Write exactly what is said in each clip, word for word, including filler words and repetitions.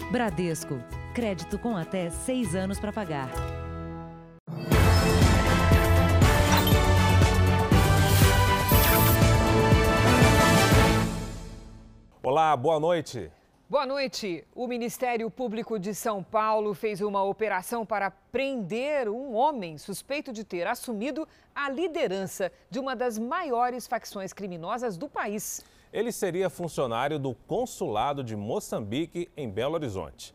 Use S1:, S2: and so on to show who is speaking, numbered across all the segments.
S1: Bradesco. Crédito com até seis anos para pagar.
S2: Olá, boa noite.
S3: Boa noite. O Ministério Público de São Paulo fez uma operação para prender um homem suspeito de ter assumido a liderança de uma das maiores facções criminosas do país.
S2: Ele seria funcionário do Consulado de Moçambique, em Belo Horizonte.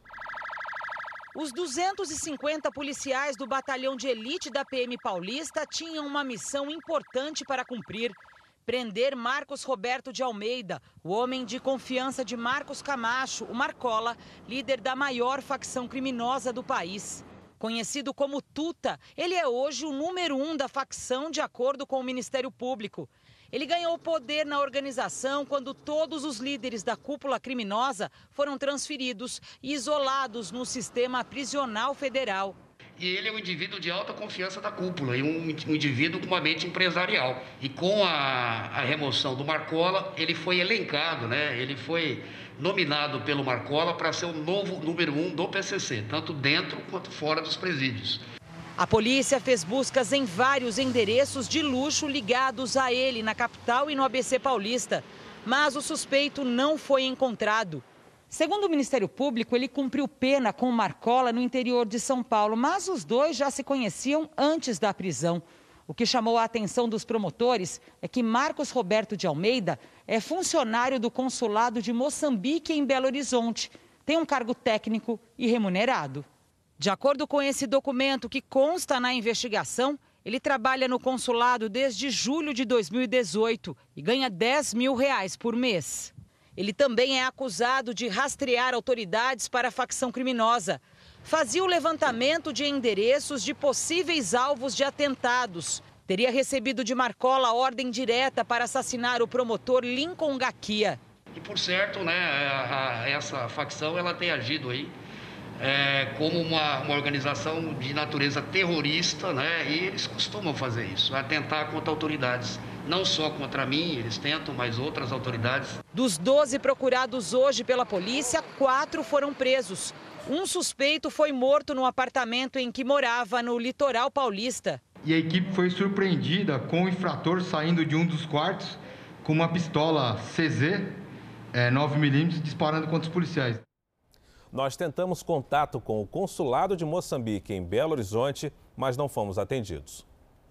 S4: Os duzentos e cinquenta policiais do batalhão de elite da P M paulista tinham uma missão importante para cumprir: prender Marcos Roberto de Almeida, o homem de confiança de Marcos Camacho, o Marcola, líder da maior facção criminosa do país. Conhecido como Tuta, ele é hoje o número um da facção, de acordo com o Ministério Público. Ele ganhou poder na organização quando todos os líderes da cúpula criminosa foram transferidos e isolados no sistema prisional federal.
S5: E ele é um indivíduo de alta confiança da cúpula e um indivíduo com uma mente empresarial. E com a, a remoção do Marcola, ele foi elencado, né? Ele foi nominado pelo Marcola para ser o novo número um do P C C, tanto dentro quanto fora dos presídios.
S4: A polícia fez buscas em vários endereços de luxo ligados a ele na capital e no A B C paulista, mas o suspeito não foi encontrado. Segundo o Ministério Público, ele cumpriu pena com o Marcola no interior de São Paulo, mas os dois já se conheciam antes da prisão. O que chamou a atenção dos promotores é que Marcos Roberto de Almeida é funcionário do Consulado de Moçambique, em Belo Horizonte. Tem um cargo técnico e remunerado. De acordo com esse documento que consta na investigação, ele trabalha no consulado desde julho de dois mil e dezoito e ganha dez mil reais por mês. Ele também é acusado de rastrear autoridades para a facção criminosa. Fazia o levantamento de endereços de possíveis alvos de atentados. Teria recebido de Marcola ordem direta para assassinar o promotor Lincoln Gaquia.
S5: E por certo, né, a, a, essa facção ela tem agido aí é, como uma, uma organização de natureza terrorista, né, e eles costumam fazer isso, atentar contra autoridades. Não só contra mim, eles tentam, mas outras autoridades.
S4: Dos doze procurados hoje pela polícia, quatro foram presos. Um suspeito foi morto no apartamento em que morava, no litoral paulista.
S6: E a equipe foi surpreendida com o infrator saindo de um dos quartos com uma pistola C Z é, nove milímetros disparando contra os policiais.
S2: Nós tentamos contato com o Consulado de Moçambique, em Belo Horizonte, mas não fomos atendidos.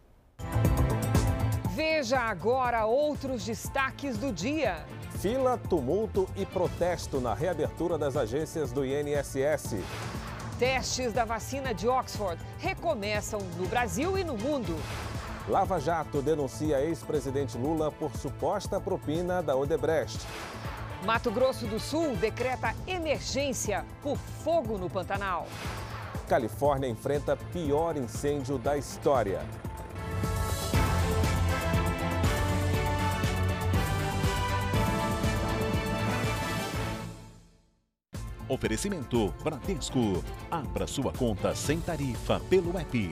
S3: Veja agora outros destaques do dia.
S2: Fila, tumulto e protesto na reabertura das agências do I N S S.
S3: Testes da vacina de Oxford recomeçam no Brasil e no mundo.
S2: Lava Jato denuncia ex-presidente Lula por suposta propina da Odebrecht.
S3: Mato Grosso do Sul decreta emergência por fogo no Pantanal.
S2: Califórnia enfrenta pior incêndio da história.
S7: Oferecimento Bradesco. Abra sua conta sem tarifa pelo app.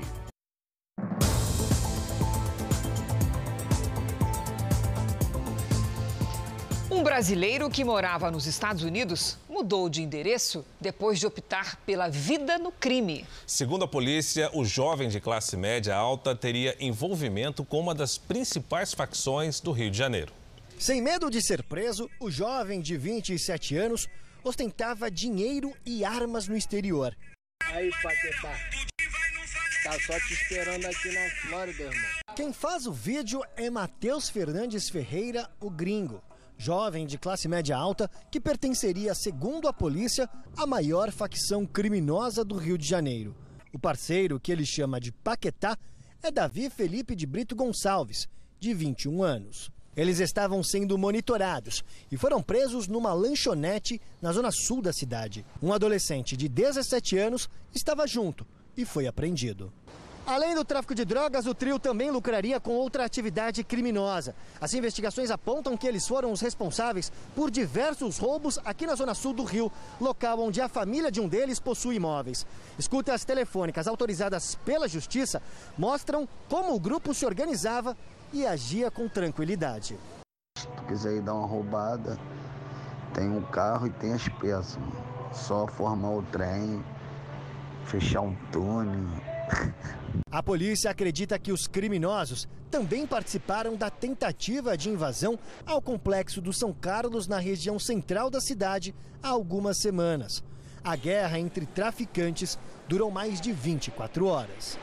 S3: Um brasileiro que morava nos Estados Unidos mudou de endereço depois de optar pela vida no crime.
S2: Segundo a polícia, o jovem de classe média alta teria envolvimento com uma das principais facções do Rio de Janeiro.
S8: Sem medo de ser preso, o jovem de vinte e sete anos ostentava dinheiro e armas no exterior.
S9: Aí, Paquetá, tá só te esperando aqui na Flórida, irmão.
S8: Quem faz o vídeo é Matheus Fernandes Ferreira, o gringo. Jovem de classe média alta que pertenceria, segundo a polícia, à maior facção criminosa do Rio de Janeiro. O parceiro, que ele chama de Paquetá, é Davi Felipe de Brito Gonçalves, de vinte e um anos. Eles estavam sendo monitorados e foram presos numa lanchonete na zona sul da cidade. Um adolescente de dezessete anos estava junto e foi apreendido. Além do tráfico de drogas, o trio também lucraria com outra atividade criminosa. As investigações apontam que eles foram os responsáveis por diversos roubos aqui na zona sul do Rio, local onde a família de um deles possui imóveis. Escutas telefônicas autorizadas pela Justiça mostram como o grupo se organizava e agia com tranquilidade.
S10: Se tu quiser ir dar uma roubada, tem um carro e tem as peças.
S9: Só formar o trem, fechar um túnel.
S8: A polícia acredita que os criminosos também participaram da tentativa de invasão ao complexo do São Carlos, na região central da cidade, há algumas semanas. A guerra entre traficantes durou mais de vinte e quatro horas.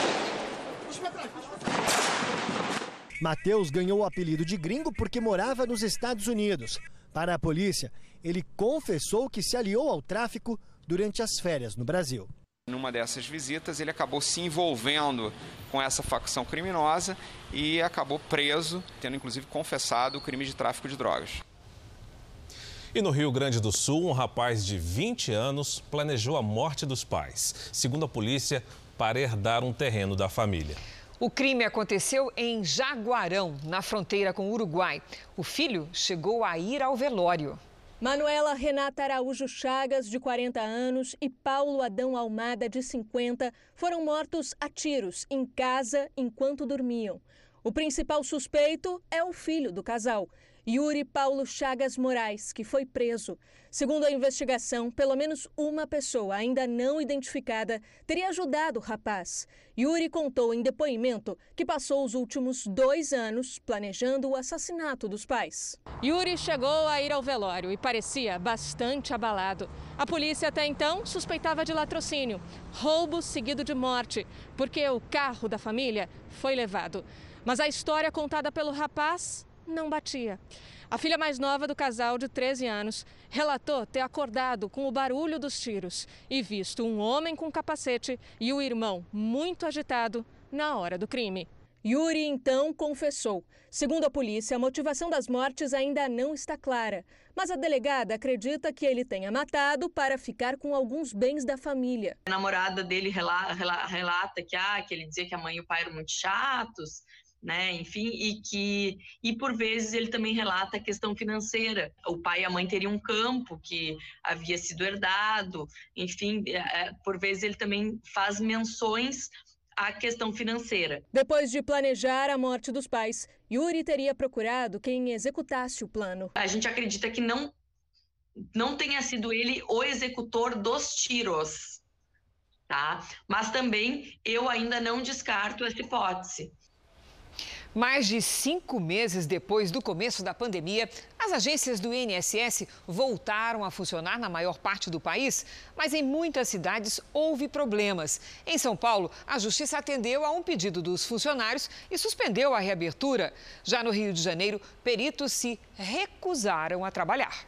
S8: Matheus ganhou o apelido de gringo porque morava nos Estados Unidos. Para a polícia, ele confessou que se aliou ao tráfico durante as férias no Brasil.
S10: Numa dessas visitas, ele acabou se envolvendo com essa facção criminosa e acabou preso, tendo inclusive confessado o crime de tráfico de drogas.
S2: E no Rio Grande do Sul, um rapaz de vinte anos planejou a morte dos pais, segundo a polícia, para herdar um terreno da família.
S3: O crime aconteceu em Jaguarão, na fronteira com o Uruguai. O filho chegou a ir ao velório.
S11: Manuela Renata Araújo Chagas, de quarenta anos, e Paulo Adão Almada, de cinquenta, foram mortos a tiros em casa enquanto dormiam. O principal suspeito é o filho do casal, Yuri Paulo Chagas Moraes, que foi preso. Segundo a investigação, pelo menos uma pessoa ainda não identificada teria ajudado o rapaz. Yuri contou em depoimento que passou os últimos dois anos planejando o assassinato dos pais. Yuri chegou a ir ao velório e parecia bastante abalado. A polícia até então suspeitava de latrocínio, roubo seguido de morte, porque o carro da família foi levado. Mas a história contada pelo rapaz não batia. A filha mais nova do casal, de treze anos, relatou ter acordado com o barulho dos tiros e visto um homem com capacete e o irmão muito agitado na hora do crime. Yuri então confessou. Segundo a polícia, a motivação das mortes ainda não está clara, mas a delegada acredita que ele tenha matado para ficar com alguns bens da família.
S12: A namorada dele relata, relata que, ah, que ele dizia que a mãe e o pai eram muito chatos, né, enfim, e que e por vezes ele também relata a questão financeira. O pai e a mãe teriam um campo que havia sido herdado, enfim, é, por vezes ele também faz menções à questão financeira.
S11: Depois de planejar a morte dos pais, Yuri teria procurado quem executasse o plano.
S12: A gente acredita que não não tenha sido ele o executor dos tiros, tá? Mas também eu ainda não descarto essa hipótese.
S3: Mais de cinco meses depois do começo da pandemia, as agências do I N S S voltaram a funcionar na maior parte do país, mas em muitas cidades houve problemas. Em São Paulo, a Justiça atendeu a um pedido dos funcionários e suspendeu a reabertura. Já no Rio de Janeiro, peritos se recusaram a trabalhar.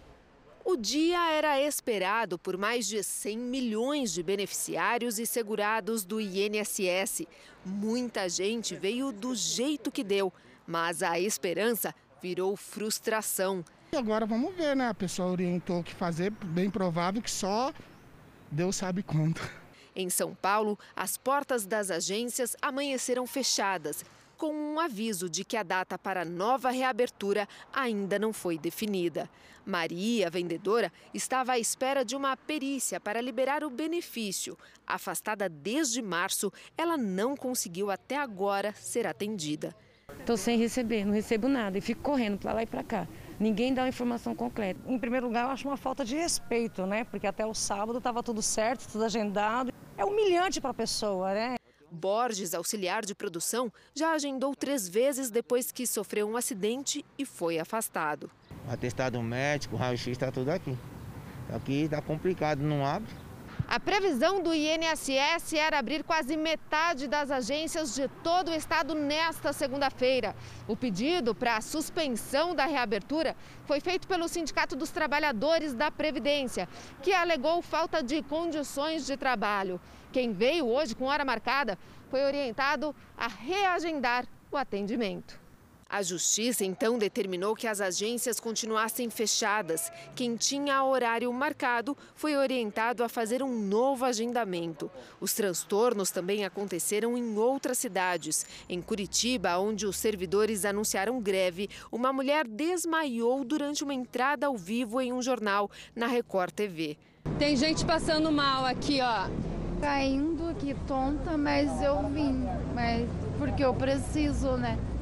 S13: O dia era esperado por mais de cem milhões de beneficiários e segurados do I N S S. Muita gente veio do jeito que deu, mas a esperança virou frustração.
S14: E agora vamos ver, né? A pessoa orientou o que fazer, bem provável que só Deus sabe quando.
S13: Em São Paulo, as portas das agências amanheceram fechadas, com um aviso de que a data para a nova reabertura ainda não foi definida. Maria, vendedora, estava à espera de uma perícia para liberar o benefício. Afastada desde março, ela não conseguiu até agora ser atendida.
S15: Estou sem receber, não recebo nada e fico correndo para lá e para cá. Ninguém dá uma informação concreta. Em primeiro lugar, eu acho uma falta de respeito, né? Porque até o sábado estava tudo certo, tudo agendado. É humilhante para a pessoa, né?
S13: Borges, auxiliar de produção, já agendou três vezes depois que sofreu um acidente e foi afastado.
S16: Atestado médico, raio-x, está tudo aqui. Aqui está complicado, não abre.
S17: A previsão do I N S S era abrir quase metade das agências de todo o estado nesta segunda-feira. O pedido para a suspensão da reabertura foi feito pelo Sindicato dos Trabalhadores da Previdência, que alegou falta de condições de trabalho. Quem veio hoje com hora marcada foi orientado a reagendar o atendimento.
S13: A Justiça, então, determinou que as agências continuassem fechadas. Quem tinha horário marcado foi orientado a fazer um novo agendamento. Os transtornos também aconteceram em outras cidades. Em Curitiba, onde os servidores anunciaram greve, uma mulher desmaiou durante uma entrada ao vivo em um jornal na Record T V.
S18: Tem gente passando mal aqui, ó.
S19: Caindo aqui tonta, mas eu vim, mas porque eu preciso, né?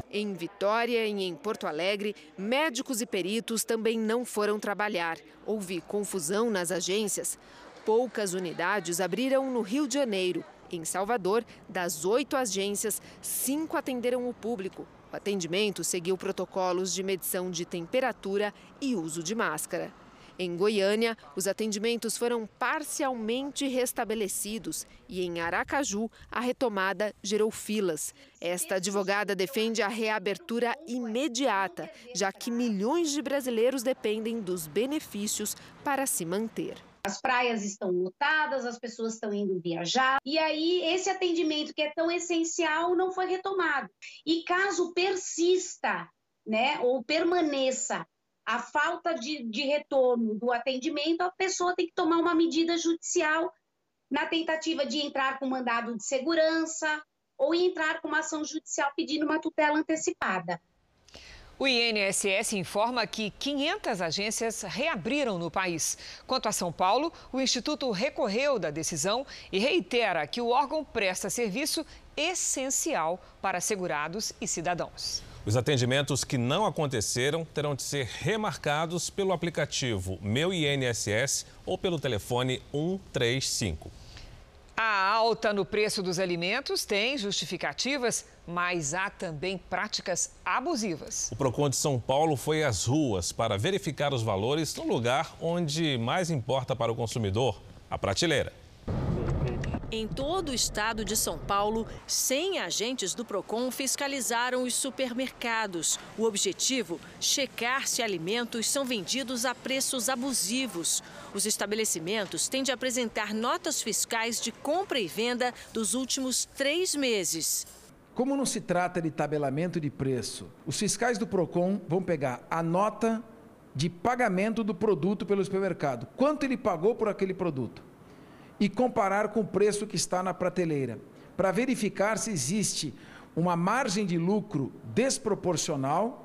S13: Em Vitória e em Porto Alegre, médicos e peritos também não foram trabalhar. Houve confusão nas agências. Poucas unidades abriram no Rio de Janeiro. Em Salvador, das oito agências, cinco atenderam o público. O atendimento seguiu protocolos de medição de temperatura e uso de máscara. Em Goiânia, os atendimentos foram parcialmente restabelecidos e em Aracaju, a retomada gerou filas. Esta advogada defende a reabertura imediata, já que milhões de brasileiros dependem dos benefícios para se manter.
S19: As praias estão lotadas, as pessoas estão indo viajar e aí esse atendimento que é tão essencial não foi retomado. E caso persista, né, ou permaneça a falta de, de retorno do atendimento, a pessoa tem que tomar uma medida judicial na tentativa de entrar com mandado de segurança ou entrar com uma ação judicial pedindo uma tutela antecipada.
S3: O I N S S informa que quinhentas agências reabriram no país. Quanto a São Paulo, o Instituto recorreu da decisão e reitera que o órgão presta serviço essencial para segurados e cidadãos.
S2: Os atendimentos que não aconteceram terão de ser remarcados pelo aplicativo Meu I N S S ou pelo telefone um três cinco.
S3: A alta no preço dos alimentos tem justificativas, mas há também práticas abusivas.
S2: O Procon de São Paulo foi às ruas para verificar os valores no lugar onde mais importa para o consumidor, a prateleira.
S20: Em todo o estado de São Paulo, cem agentes do Procon fiscalizaram os supermercados. O objetivo, checar se alimentos são vendidos a preços abusivos. Os estabelecimentos têm de apresentar notas fiscais de compra e venda dos últimos três meses.
S21: Como não se trata de tabelamento de preço, os fiscais do Procon vão pegar a nota de pagamento do produto pelo supermercado. Quanto ele pagou por aquele produto? E comparar com o preço que está na prateleira, para verificar se existe uma margem de lucro desproporcional.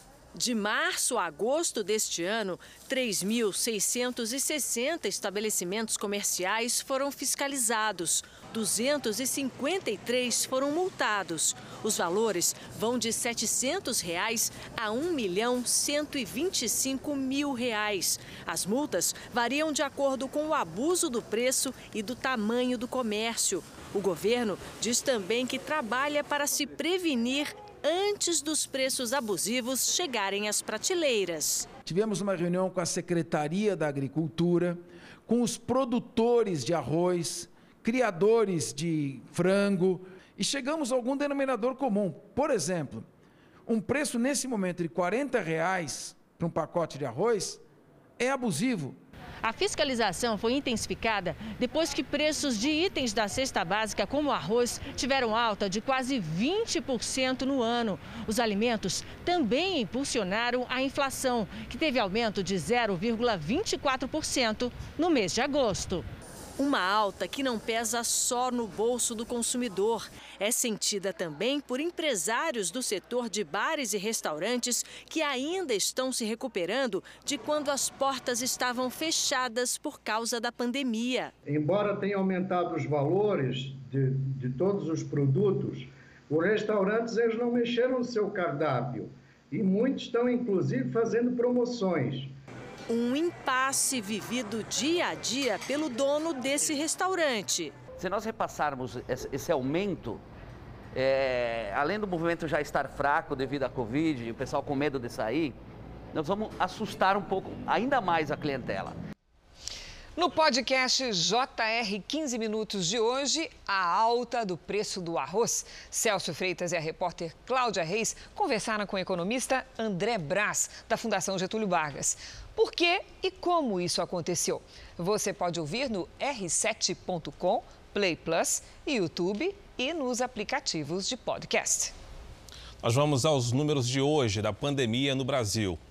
S20: De março a agosto deste ano, três mil seiscentos e sessenta estabelecimentos comerciais foram fiscalizados. duzentos e cinquenta e três foram multados. Os valores vão de setecentos reais a um milhão cento e vinte e cinco mil reais. As multas variam de acordo com o abuso do preço e do tamanho do comércio. O governo diz também que trabalha para se prevenir antes dos preços abusivos chegarem às prateleiras.
S21: Tivemos uma reunião com a Secretaria da Agricultura, com os produtores de arroz, criadores de frango e chegamos a algum denominador comum. Por exemplo, um preço nesse momento de quarenta reais para um pacote de arroz é abusivo.
S20: A fiscalização foi intensificada depois que preços de itens da cesta básica, como arroz, tiveram alta de quase vinte por cento no ano. Os alimentos também impulsionaram a inflação, que teve aumento de zero vírgula vinte e quatro por cento no mês de agosto. Uma alta que não pesa só no bolso do consumidor. É sentida também por empresários do setor de bares e restaurantes que ainda estão se recuperando de quando as portas estavam fechadas por causa da pandemia.
S22: Embora tenha aumentado os valores de, de todos os produtos, os restaurantes eles não mexeram no seu cardápio e muitos estão inclusive fazendo promoções.
S20: Um impasse vivido dia a dia pelo dono desse restaurante.
S23: Se nós repassarmos esse aumento, é, além do movimento já estar fraco devido à Covid e o pessoal com medo de sair, nós vamos assustar um pouco ainda mais a clientela.
S3: No podcast J R quinze Minutos de hoje, a alta do preço do arroz. Celso Freitas e a repórter Cláudia Reis conversaram com o economista André Brás, da Fundação Getúlio Vargas. Por que e como isso aconteceu? Você pode ouvir no R sete ponto com, Play Plus, YouTube e nos aplicativos de podcast.
S2: Nós vamos aos números de hoje da pandemia no Brasil.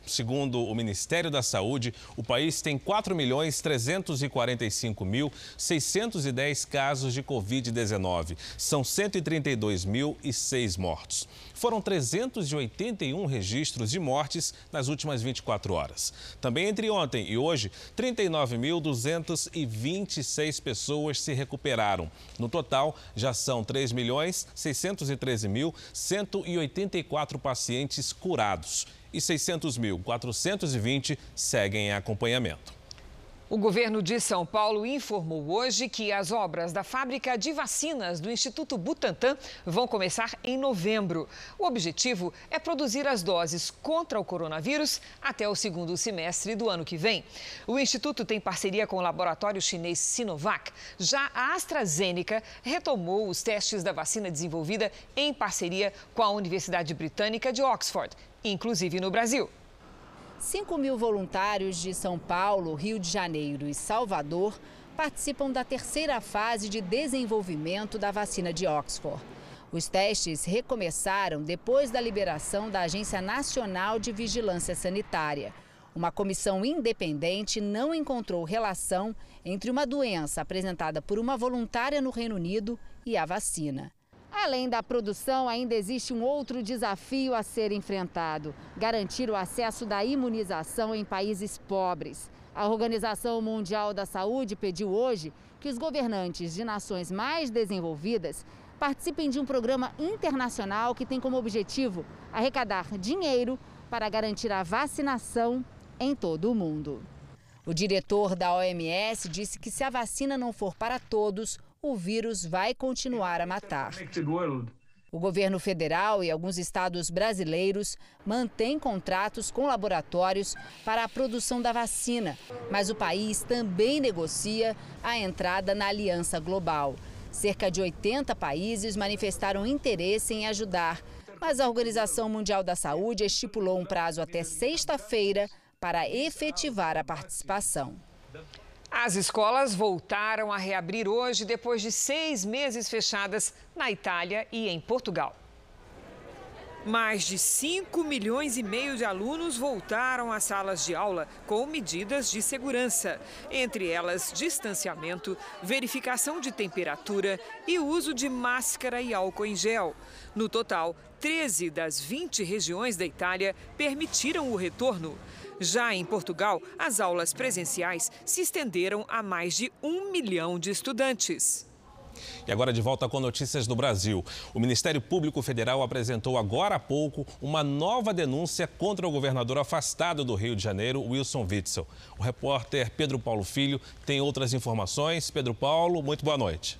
S2: Segundo o Ministério da Saúde, o país tem quatro milhões trezentos e quarenta e cinco mil seiscentos e dez casos de covid dezenove. São cento e trinta e dois mil e seis mortos. Foram trezentos e oitenta e um registros de mortes nas últimas vinte e quatro horas. Também entre ontem e hoje, trinta e nove mil duzentas e vinte e seis pessoas se recuperaram. No total, já são três milhões seiscentos e treze mil cento e oitenta e quatro pacientes curados e seiscentos mil quatrocentos e vinte seguem em acompanhamento.
S3: O governo de São Paulo informou hoje que as obras da fábrica de vacinas do Instituto Butantan vão começar em novembro. O objetivo é produzir as doses contra o coronavírus até o segundo semestre do ano que vem. O Instituto tem parceria com o laboratório chinês Sinovac. Já a AstraZeneca retomou os testes da vacina desenvolvida em parceria com a Universidade Britânica de Oxford, inclusive no Brasil.
S1: cinco mil voluntários de São Paulo, Rio de Janeiro e Salvador participam da terceira fase de desenvolvimento da vacina de Oxford. Os testes recomeçaram depois da liberação da Agência Nacional de Vigilância Sanitária. Uma comissão independente não encontrou relação entre uma doença apresentada por uma voluntária no Reino Unido e a vacina. Além da produção, ainda existe um outro desafio a ser enfrentado: garantir o acesso da imunização em países pobres. A Organização Mundial da Saúde pediu hoje que os governantes de nações mais desenvolvidas participem de um programa internacional que tem como objetivo arrecadar dinheiro para garantir a vacinação em todo o mundo. O diretor da O M S disse que se a vacina não for para todos, o vírus vai continuar a matar. O governo federal e alguns estados brasileiros mantêm contratos com laboratórios para a produção da vacina, mas o país também negocia a entrada na Aliança Global. Cerca de oitenta países manifestaram interesse em ajudar, mas a Organização Mundial da Saúde estipulou um prazo até sexta-feira para efetivar a participação.
S3: As escolas voltaram a reabrir hoje, depois de seis meses fechadas na Itália e em Portugal. Mais de cinco milhões e meio de alunos voltaram às salas de aula com medidas de segurança. Entre elas, distanciamento, verificação de temperatura e uso de máscara e álcool em gel. No total, treze das vinte regiões da Itália permitiram o retorno. Já em Portugal, as aulas presenciais se estenderam a mais de um milhão de estudantes.
S2: E agora de volta com notícias do Brasil. O Ministério Público Federal apresentou agora há pouco uma nova denúncia contra o governador afastado do Rio de Janeiro, Wilson Witzel. O repórter Pedro Paulo Filho tem outras informações. Pedro Paulo, muito boa noite.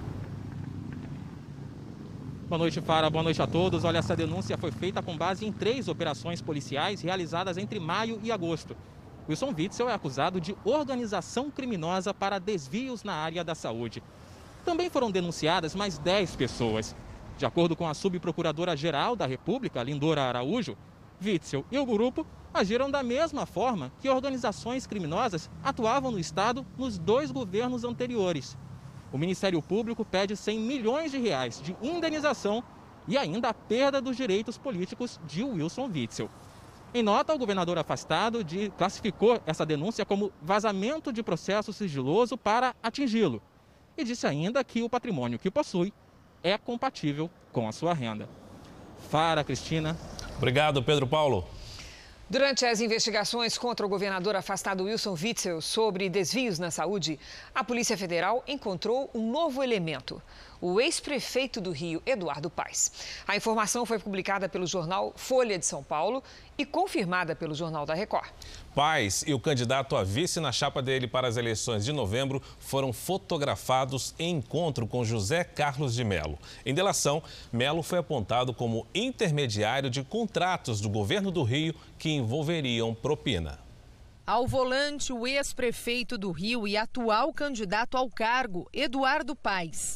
S4: Boa noite, Fara. Boa noite a todos. Olha, essa denúncia foi feita com base em três operações policiais realizadas entre maio e agosto. Wilson Witzel é acusado de organização criminosa para desvios na área da saúde. Também foram denunciadas mais dez pessoas. De acordo com a subprocuradora-geral da República, Lindora Araújo, Witzel e o grupo agiram da mesma forma que organizações criminosas atuavam no Estado nos dois governos anteriores. O Ministério Público pede cem milhões de reais de indenização e ainda a perda dos direitos políticos de Wilson Witzel. Em nota, o governador afastado de, classificou essa denúncia como vazamento de processo sigiloso para atingi-lo e disse ainda que o patrimônio que possui é compatível com a sua renda. Fara, Cristina.
S2: Obrigado, Pedro Paulo.
S3: Durante as investigações contra o governador afastado Wilson Witzel sobre desvios na saúde, a Polícia Federal encontrou um novo elemento: o ex-prefeito do Rio, Eduardo Paes. A informação foi publicada pelo jornal Folha de São Paulo e confirmada pelo Jornal da Record.
S2: Paes e o candidato a vice na chapa dele para as eleições de novembro foram fotografados em encontro com José Carlos de Mello. Em delação, Mello foi apontado como intermediário de contratos do governo do Rio que envolveriam propina.
S5: Ao volante, o ex-prefeito do Rio e atual candidato ao cargo, Eduardo Paes.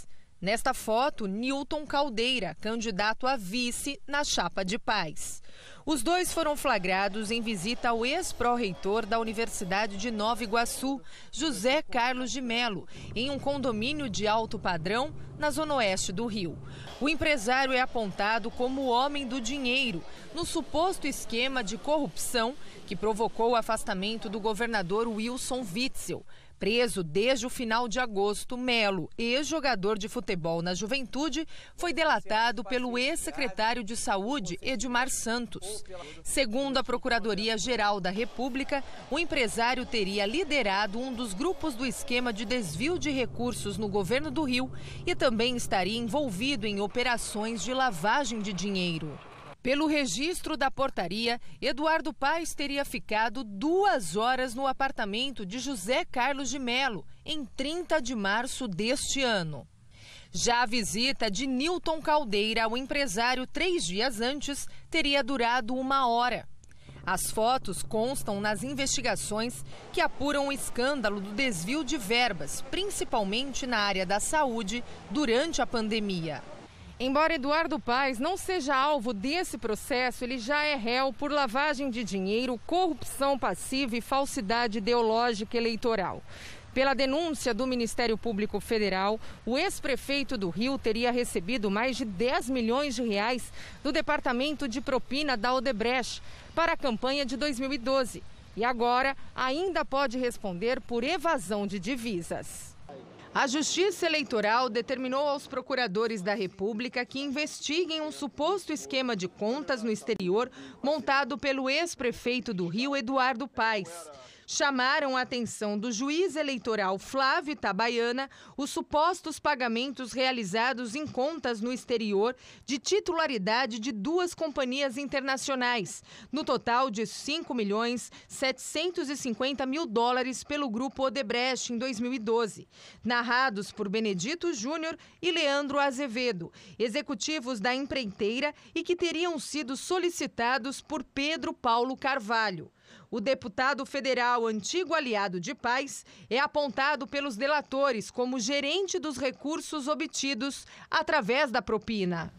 S5: Nesta foto, Newton Caldeira, candidato a vice na chapa de Paz. Os dois foram flagrados em visita ao ex-pró-reitor da Universidade de Nova Iguaçu, José Carlos de Mello, em um condomínio de alto padrão na zona oeste do Rio. O empresário é apontado como o homem do dinheiro, no suposto esquema de corrupção que provocou o afastamento do governador Wilson Witzel. Preso desde o final de agosto, Mello, ex-jogador de futebol na juventude, foi delatado pelo ex-secretário de Saúde, Edmar Santos. Segundo a Procuradoria-Geral da República, o empresário teria liderado um dos grupos do esquema de desvio de recursos no governo do Rio e também estaria envolvido em operações de lavagem de dinheiro. Pelo registro da portaria, Eduardo Paes teria ficado duas horas no apartamento de José Carlos de Mello, em trinta de março deste ano. Já a visita de Newton Caldeira ao empresário três dias antes teria durado uma hora. As fotos constam nas investigações que apuram o escândalo do desvio de verbas, principalmente na área da saúde, durante a pandemia. Embora Eduardo Paes não seja alvo desse processo, ele já é réu por lavagem de dinheiro, corrupção passiva e falsidade ideológica eleitoral. Pela denúncia do Ministério Público Federal, o ex-prefeito do Rio teria recebido mais de dez milhões de reais do Departamento de Propina da Odebrecht para a campanha de dois mil e doze. E agora ainda pode responder por evasão de divisas. A Justiça Eleitoral determinou aos procuradores da República que investiguem um suposto esquema de contas no exterior montado pelo ex-prefeito do Rio, Eduardo Paes. Chamaram a atenção do juiz eleitoral Flávio Itabaiana os supostos pagamentos realizados em contas no exterior de titularidade de duas companhias internacionais, no total de cinco milhões setecentos e cinquenta mil dólares pelo grupo Odebrecht em dois mil e doze, narrados por Benedito Júnior e Leandro Azevedo, executivos da empreiteira e que teriam sido solicitados por Pedro Paulo Carvalho. O deputado federal antigo aliado de Paes é apontado pelos delatores como gerente dos recursos obtidos através da propina.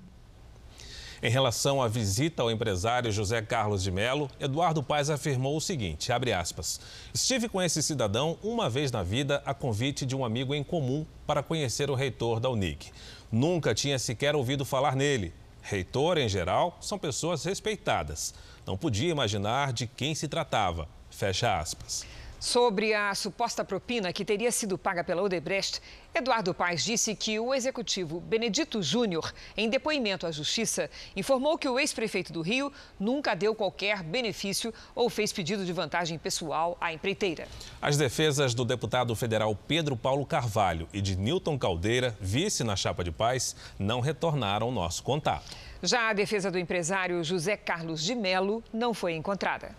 S2: Em relação à visita ao empresário José Carlos de Mello, Eduardo Paes afirmou o seguinte, abre aspas, estive com esse cidadão uma vez na vida a convite de um amigo em comum para conhecer o reitor da Unig. Nunca tinha sequer ouvido falar nele. Reitor, em geral, são pessoas respeitadas. Não podia imaginar de quem se tratava. Fecha aspas.
S3: Sobre a suposta propina que teria sido paga pela Odebrecht, Eduardo Paes disse que o executivo Benedito Júnior, em depoimento à Justiça, informou que o ex-prefeito do Rio nunca deu qualquer benefício ou fez pedido de vantagem pessoal à empreiteira.
S2: As defesas do deputado federal Pedro Paulo Carvalho e de Newton Caldeira, vice na chapa de Paes, não retornaram ao nosso contato.
S3: Já a defesa do empresário José Carlos de Mello não foi encontrada.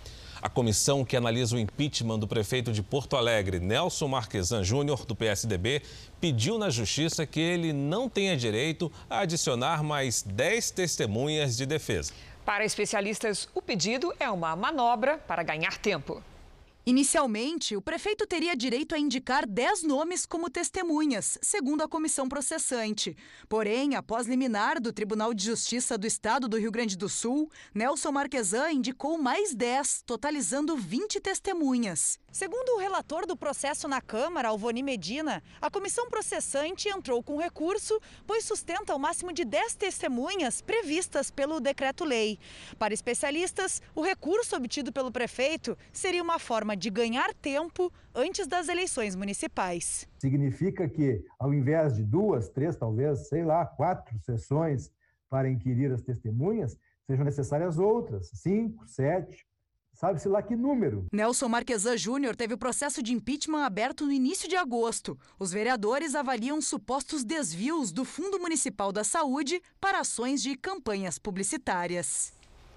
S2: A comissão que analisa o impeachment do prefeito de Porto Alegre, Nelson Marquesan Júnior, do P S D B, pediu na Justiça que ele não tenha direito a adicionar mais dez testemunhas de defesa.
S3: Para especialistas, o pedido é uma manobra para ganhar tempo.
S6: Inicialmente, o prefeito teria direito a indicar dez nomes como testemunhas, segundo a comissão processante. Porém, após liminar do Tribunal de Justiça do Estado do Rio Grande do Sul, Nelson Marquesan indicou mais dez, totalizando vinte testemunhas. Segundo o relator do processo na Câmara, Alvoni Medina, a comissão processante entrou com recurso, pois sustenta o máximo de dez testemunhas previstas pelo decreto-lei. Para especialistas, o recurso obtido pelo prefeito seria uma forma de ganhar tempo antes das eleições municipais.
S7: Significa que, ao invés de duas, três, talvez, sei lá, quatro sessões para inquirir as testemunhas, sejam necessárias outras, cinco, sete, sabe-se lá que número.
S6: Nelson Marquesan Júnior teve o processo de impeachment aberto no início de agosto. Os vereadores avaliam supostos desvios do Fundo Municipal da Saúde para ações de campanhas publicitárias.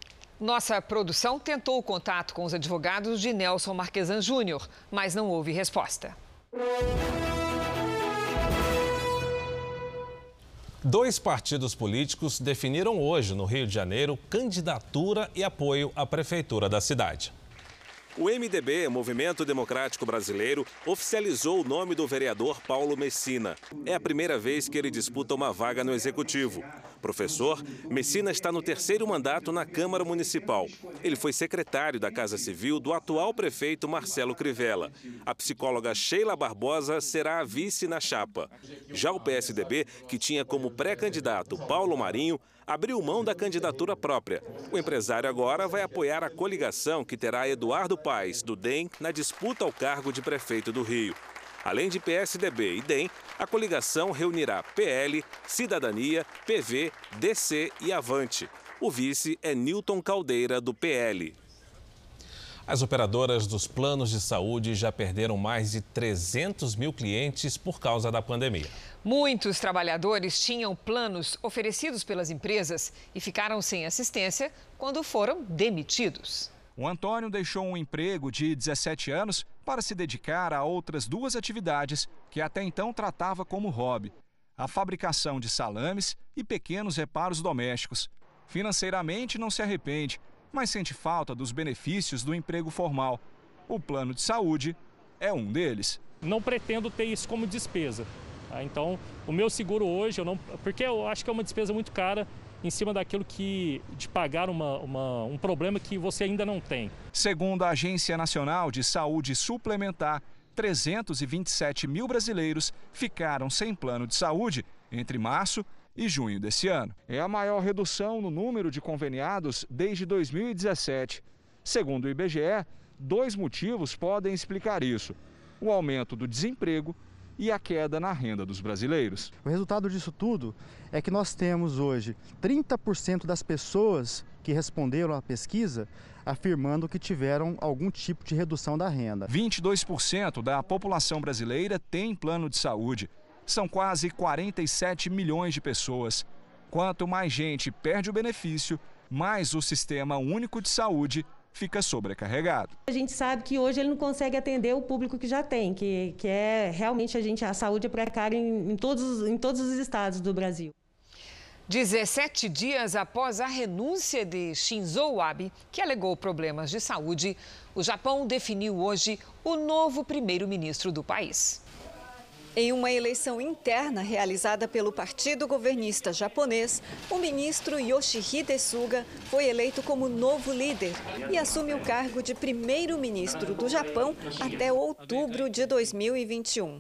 S3: Nossa produção tentou o contato com os advogados de Nelson Marquesan Júnior, mas não houve resposta.
S2: Dois partidos políticos definiram hoje, no Rio de Janeiro, candidatura e apoio à prefeitura da cidade. O M D B, Movimento Democrático Brasileiro, oficializou o nome do vereador Paulo Messina. É a primeira vez que ele disputa uma vaga no Executivo. Professor, Messina está no terceiro mandato na Câmara Municipal. Ele foi secretário da Casa Civil do atual prefeito Marcelo Crivella. A psicóloga Sheila Barbosa será a vice na chapa. Já o P S D B, que tinha como pré-candidato Paulo Marinho, abriu mão da candidatura própria. O empresário agora vai apoiar a coligação que terá Eduardo Paes, do D E M, na disputa ao cargo de prefeito do Rio. Além de P S D B e D E M, a coligação reunirá P L, Cidadania, P V, D C e Avante. O vice é Newton Caldeira, do P L. As operadoras dos planos de saúde já perderam mais de trezentos mil clientes por causa da pandemia.
S3: Muitos trabalhadores tinham planos oferecidos pelas empresas e ficaram sem assistência quando foram demitidos.
S8: O Antônio deixou um emprego de dezessete anos para se dedicar a outras duas atividades que até então tratava como hobby: a fabricação de salames e pequenos reparos domésticos. Financeiramente não se arrepende, mas sente falta dos benefícios do emprego formal. O plano de saúde é um deles.
S9: Não pretendo ter isso como despesa. Então, o meu seguro hoje, eu não, porque eu acho que é uma despesa muito cara em cima daquilo que de pagar uma, uma, um problema que você ainda não tem.
S8: Segundo a Agência Nacional de Saúde Suplementar, trezentos e vinte e sete mil brasileiros ficaram sem plano de saúde entre março e junho desse ano. É a maior redução no número de conveniados desde dois mil e dezessete. Segundo o I B G E, dois motivos podem explicar isso: o aumento do desemprego e a queda na renda dos brasileiros.
S10: O resultado disso tudo é que nós temos hoje trinta por cento das pessoas que responderam à pesquisa afirmando que tiveram algum tipo de redução da renda.
S8: vinte e dois por cento da população brasileira tem plano de saúde. São quase quarenta e sete milhões de pessoas. Quanto mais gente perde o benefício, mais o Sistema Único de Saúde fica sobrecarregado.
S24: A gente sabe que hoje ele não consegue atender o público que já tem, que, que é realmente a gente a saúde é precária em, em, todos, em todos os estados do Brasil.
S3: dezessete dias após a renúncia de Shinzo Abe, que alegou problemas de saúde, o Japão definiu hoje o novo primeiro-ministro do país.
S25: Em uma eleição interna realizada pelo partido governista japonês, o ministro Yoshihide Suga foi eleito como novo líder e assume o cargo de primeiro-ministro do Japão até outubro de dois mil e vinte e um.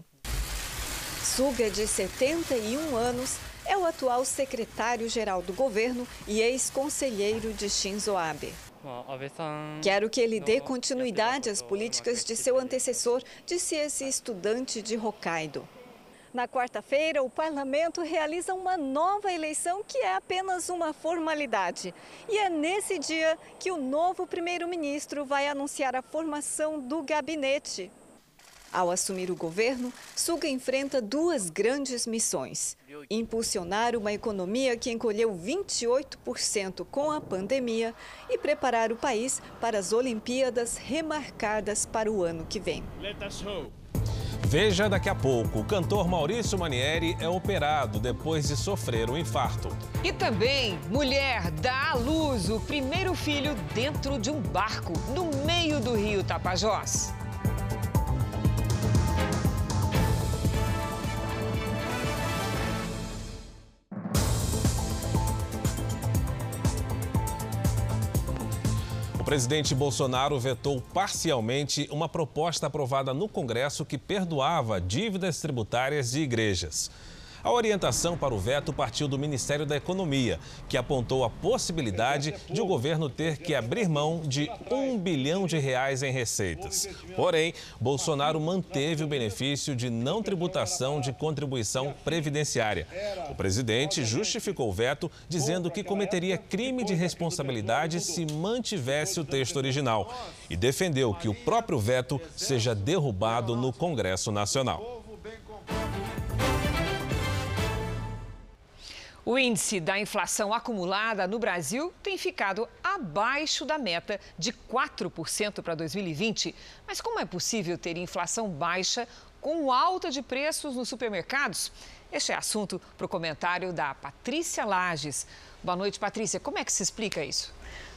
S25: Suga, de setenta e um anos, é o atual secretário-geral do governo e ex-conselheiro de Shinzo Abe. Quero que ele dê continuidade às políticas de seu antecessor, disse esse estudante de Hokkaido. Na quarta-feira, o parlamento realiza uma nova eleição que é apenas uma formalidade. E é nesse dia que o novo primeiro-ministro vai anunciar a formação do gabinete. Ao assumir o governo, Suga enfrenta duas grandes missões: impulsionar uma economia que encolheu vinte e oito por cento com a pandemia e preparar o país para as Olimpíadas remarcadas para o ano que vem.
S2: Veja daqui a pouco, o cantor Maurício Manieri é operado depois de sofrer um infarto.
S3: E também, mulher dá à luz o primeiro filho dentro de um barco, no meio do rio Tapajós.
S2: O presidente Bolsonaro vetou parcialmente uma proposta aprovada no Congresso que perdoava dívidas tributárias de igrejas. A orientação para o veto partiu do Ministério da Economia, que apontou a possibilidade de o governo ter que abrir mão de um bilhão de reais em receitas. Porém, Bolsonaro manteve o benefício de não tributação de contribuição previdenciária. O presidente justificou o veto, dizendo que cometeria crime de responsabilidade se mantivesse o texto original e defendeu que o próprio veto seja derrubado no Congresso Nacional.
S3: O índice da inflação acumulada no Brasil tem ficado abaixo da meta de quatro por cento para dois mil e vinte. Mas como é possível ter inflação baixa com alta de preços nos supermercados? Este é assunto para o comentário da Patrícia Lages. Boa noite, Patrícia. Como é que se explica isso?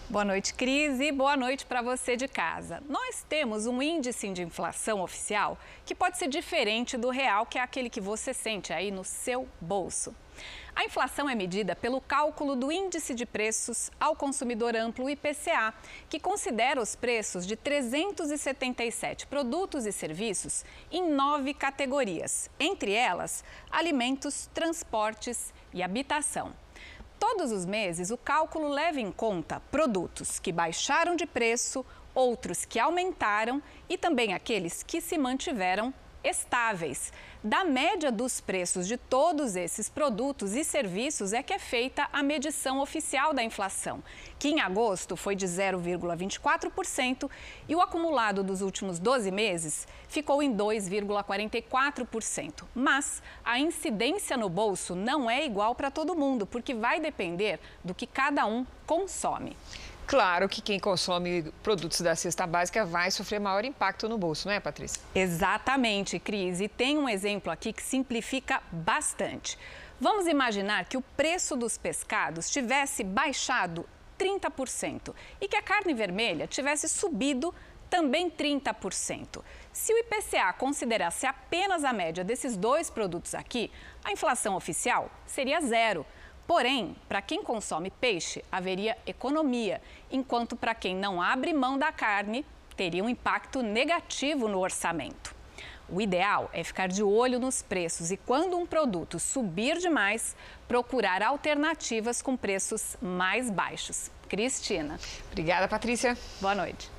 S11: Boa noite, Cris, e boa noite para você de casa. Nós temos um índice de inflação oficial que pode ser diferente do real, que é aquele que você sente aí no seu bolso. A inflação é medida pelo cálculo do Índice de Preços ao Consumidor Amplo, I P C A, que considera os preços de trezentos e setenta e sete produtos e serviços em nove categorias, entre elas alimentos, transportes e habitação. Todos os meses, o cálculo leva em conta produtos que baixaram de preço, outros que aumentaram e também aqueles que se mantiveram estáveis. Da média dos preços de todos esses produtos e serviços é que é feita a medição oficial da inflação, que em agosto foi de zero vírgula vinte e quatro por cento e o acumulado dos últimos doze meses ficou em dois vírgula quarenta e quatro por cento. Mas a incidência no bolso não é igual para todo mundo, porque vai depender do que cada um consome.
S3: Claro que quem consome produtos da cesta básica vai sofrer maior impacto no bolso, não é, Patrícia?
S11: Exatamente, Cris. E tem um exemplo aqui que simplifica bastante. Vamos imaginar que o preço dos pescados tivesse baixado trinta por cento e que a carne vermelha tivesse subido também trinta por cento. Se o I P C A considerasse apenas a média desses dois produtos aqui, a inflação oficial seria zero. Porém, para quem consome peixe, haveria economia, enquanto para quem não abre mão da carne, teria um impacto negativo no orçamento. O ideal é ficar de olho nos preços e, quando um produto subir demais, procurar alternativas com preços mais baixos. Cristina.
S3: Obrigada, Patrícia.
S11: Boa noite.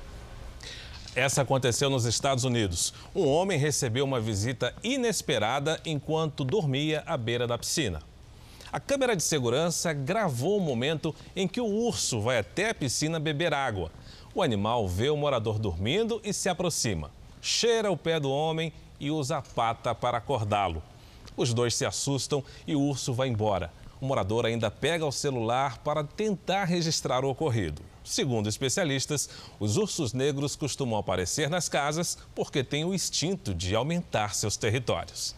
S2: Essa aconteceu nos Estados Unidos. Um homem recebeu uma visita inesperada enquanto dormia à beira da piscina. A câmera de segurança gravou o momento em que o urso vai até a piscina beber água. O animal vê o morador dormindo e se aproxima. Cheira o pé do homem e usa a pata para acordá-lo. Os dois se assustam e o urso vai embora. O morador ainda pega o celular para tentar registrar o ocorrido. Segundo especialistas, os ursos negros costumam aparecer nas casas porque têm o instinto de aumentar seus territórios.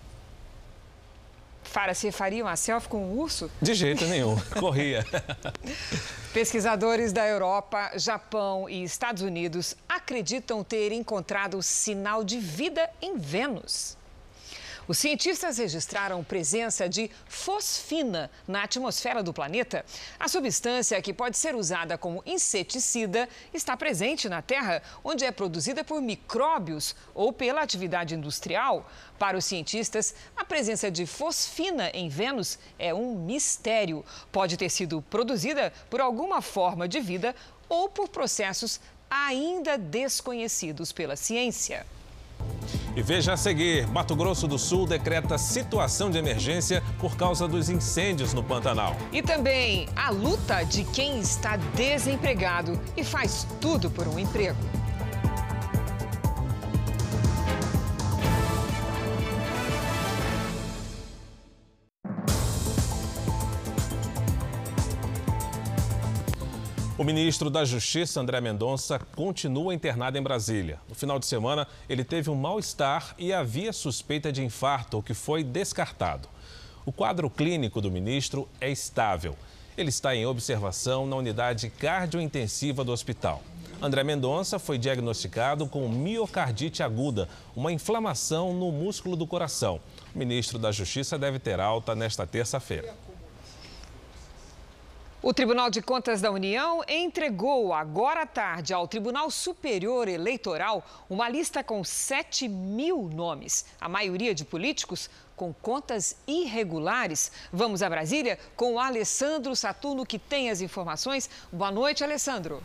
S3: Fara, você faria uma selfie com um urso?
S2: De jeito nenhum, corria.
S3: Pesquisadores da Europa, Japão e Estados Unidos acreditam ter encontrado sinal de vida em Vênus. Os cientistas registraram presença de fosfina na atmosfera do planeta. A substância, que pode ser usada como inseticida, está presente na Terra, onde é produzida por micróbios ou pela atividade industrial. Para os cientistas, a presença de fosfina em Vênus é um mistério. Pode ter sido produzida por alguma forma de vida ou por processos ainda desconhecidos pela ciência.
S2: E veja a seguir, Mato Grosso do Sul decreta situação de emergência por causa dos incêndios no Pantanal.
S3: E também a luta de quem está desempregado e faz tudo por um emprego.
S2: O ministro da Justiça, André Mendonça, continua internado em Brasília. No final de semana, ele teve um mal-estar e havia suspeita de infarto, o que foi descartado. O quadro clínico do ministro é estável. Ele está em observação na unidade cardiointensiva do hospital. André Mendonça foi diagnosticado com miocardite aguda, uma inflamação no músculo do coração. O ministro da Justiça deve ter alta nesta terça-feira.
S3: O Tribunal de Contas da União entregou agora à tarde ao Tribunal Superior Eleitoral uma lista com sete mil nomes, a maioria de políticos com contas irregulares. Vamos a Brasília com o Alessandro Saturno, que tem as informações. Boa noite, Alessandro.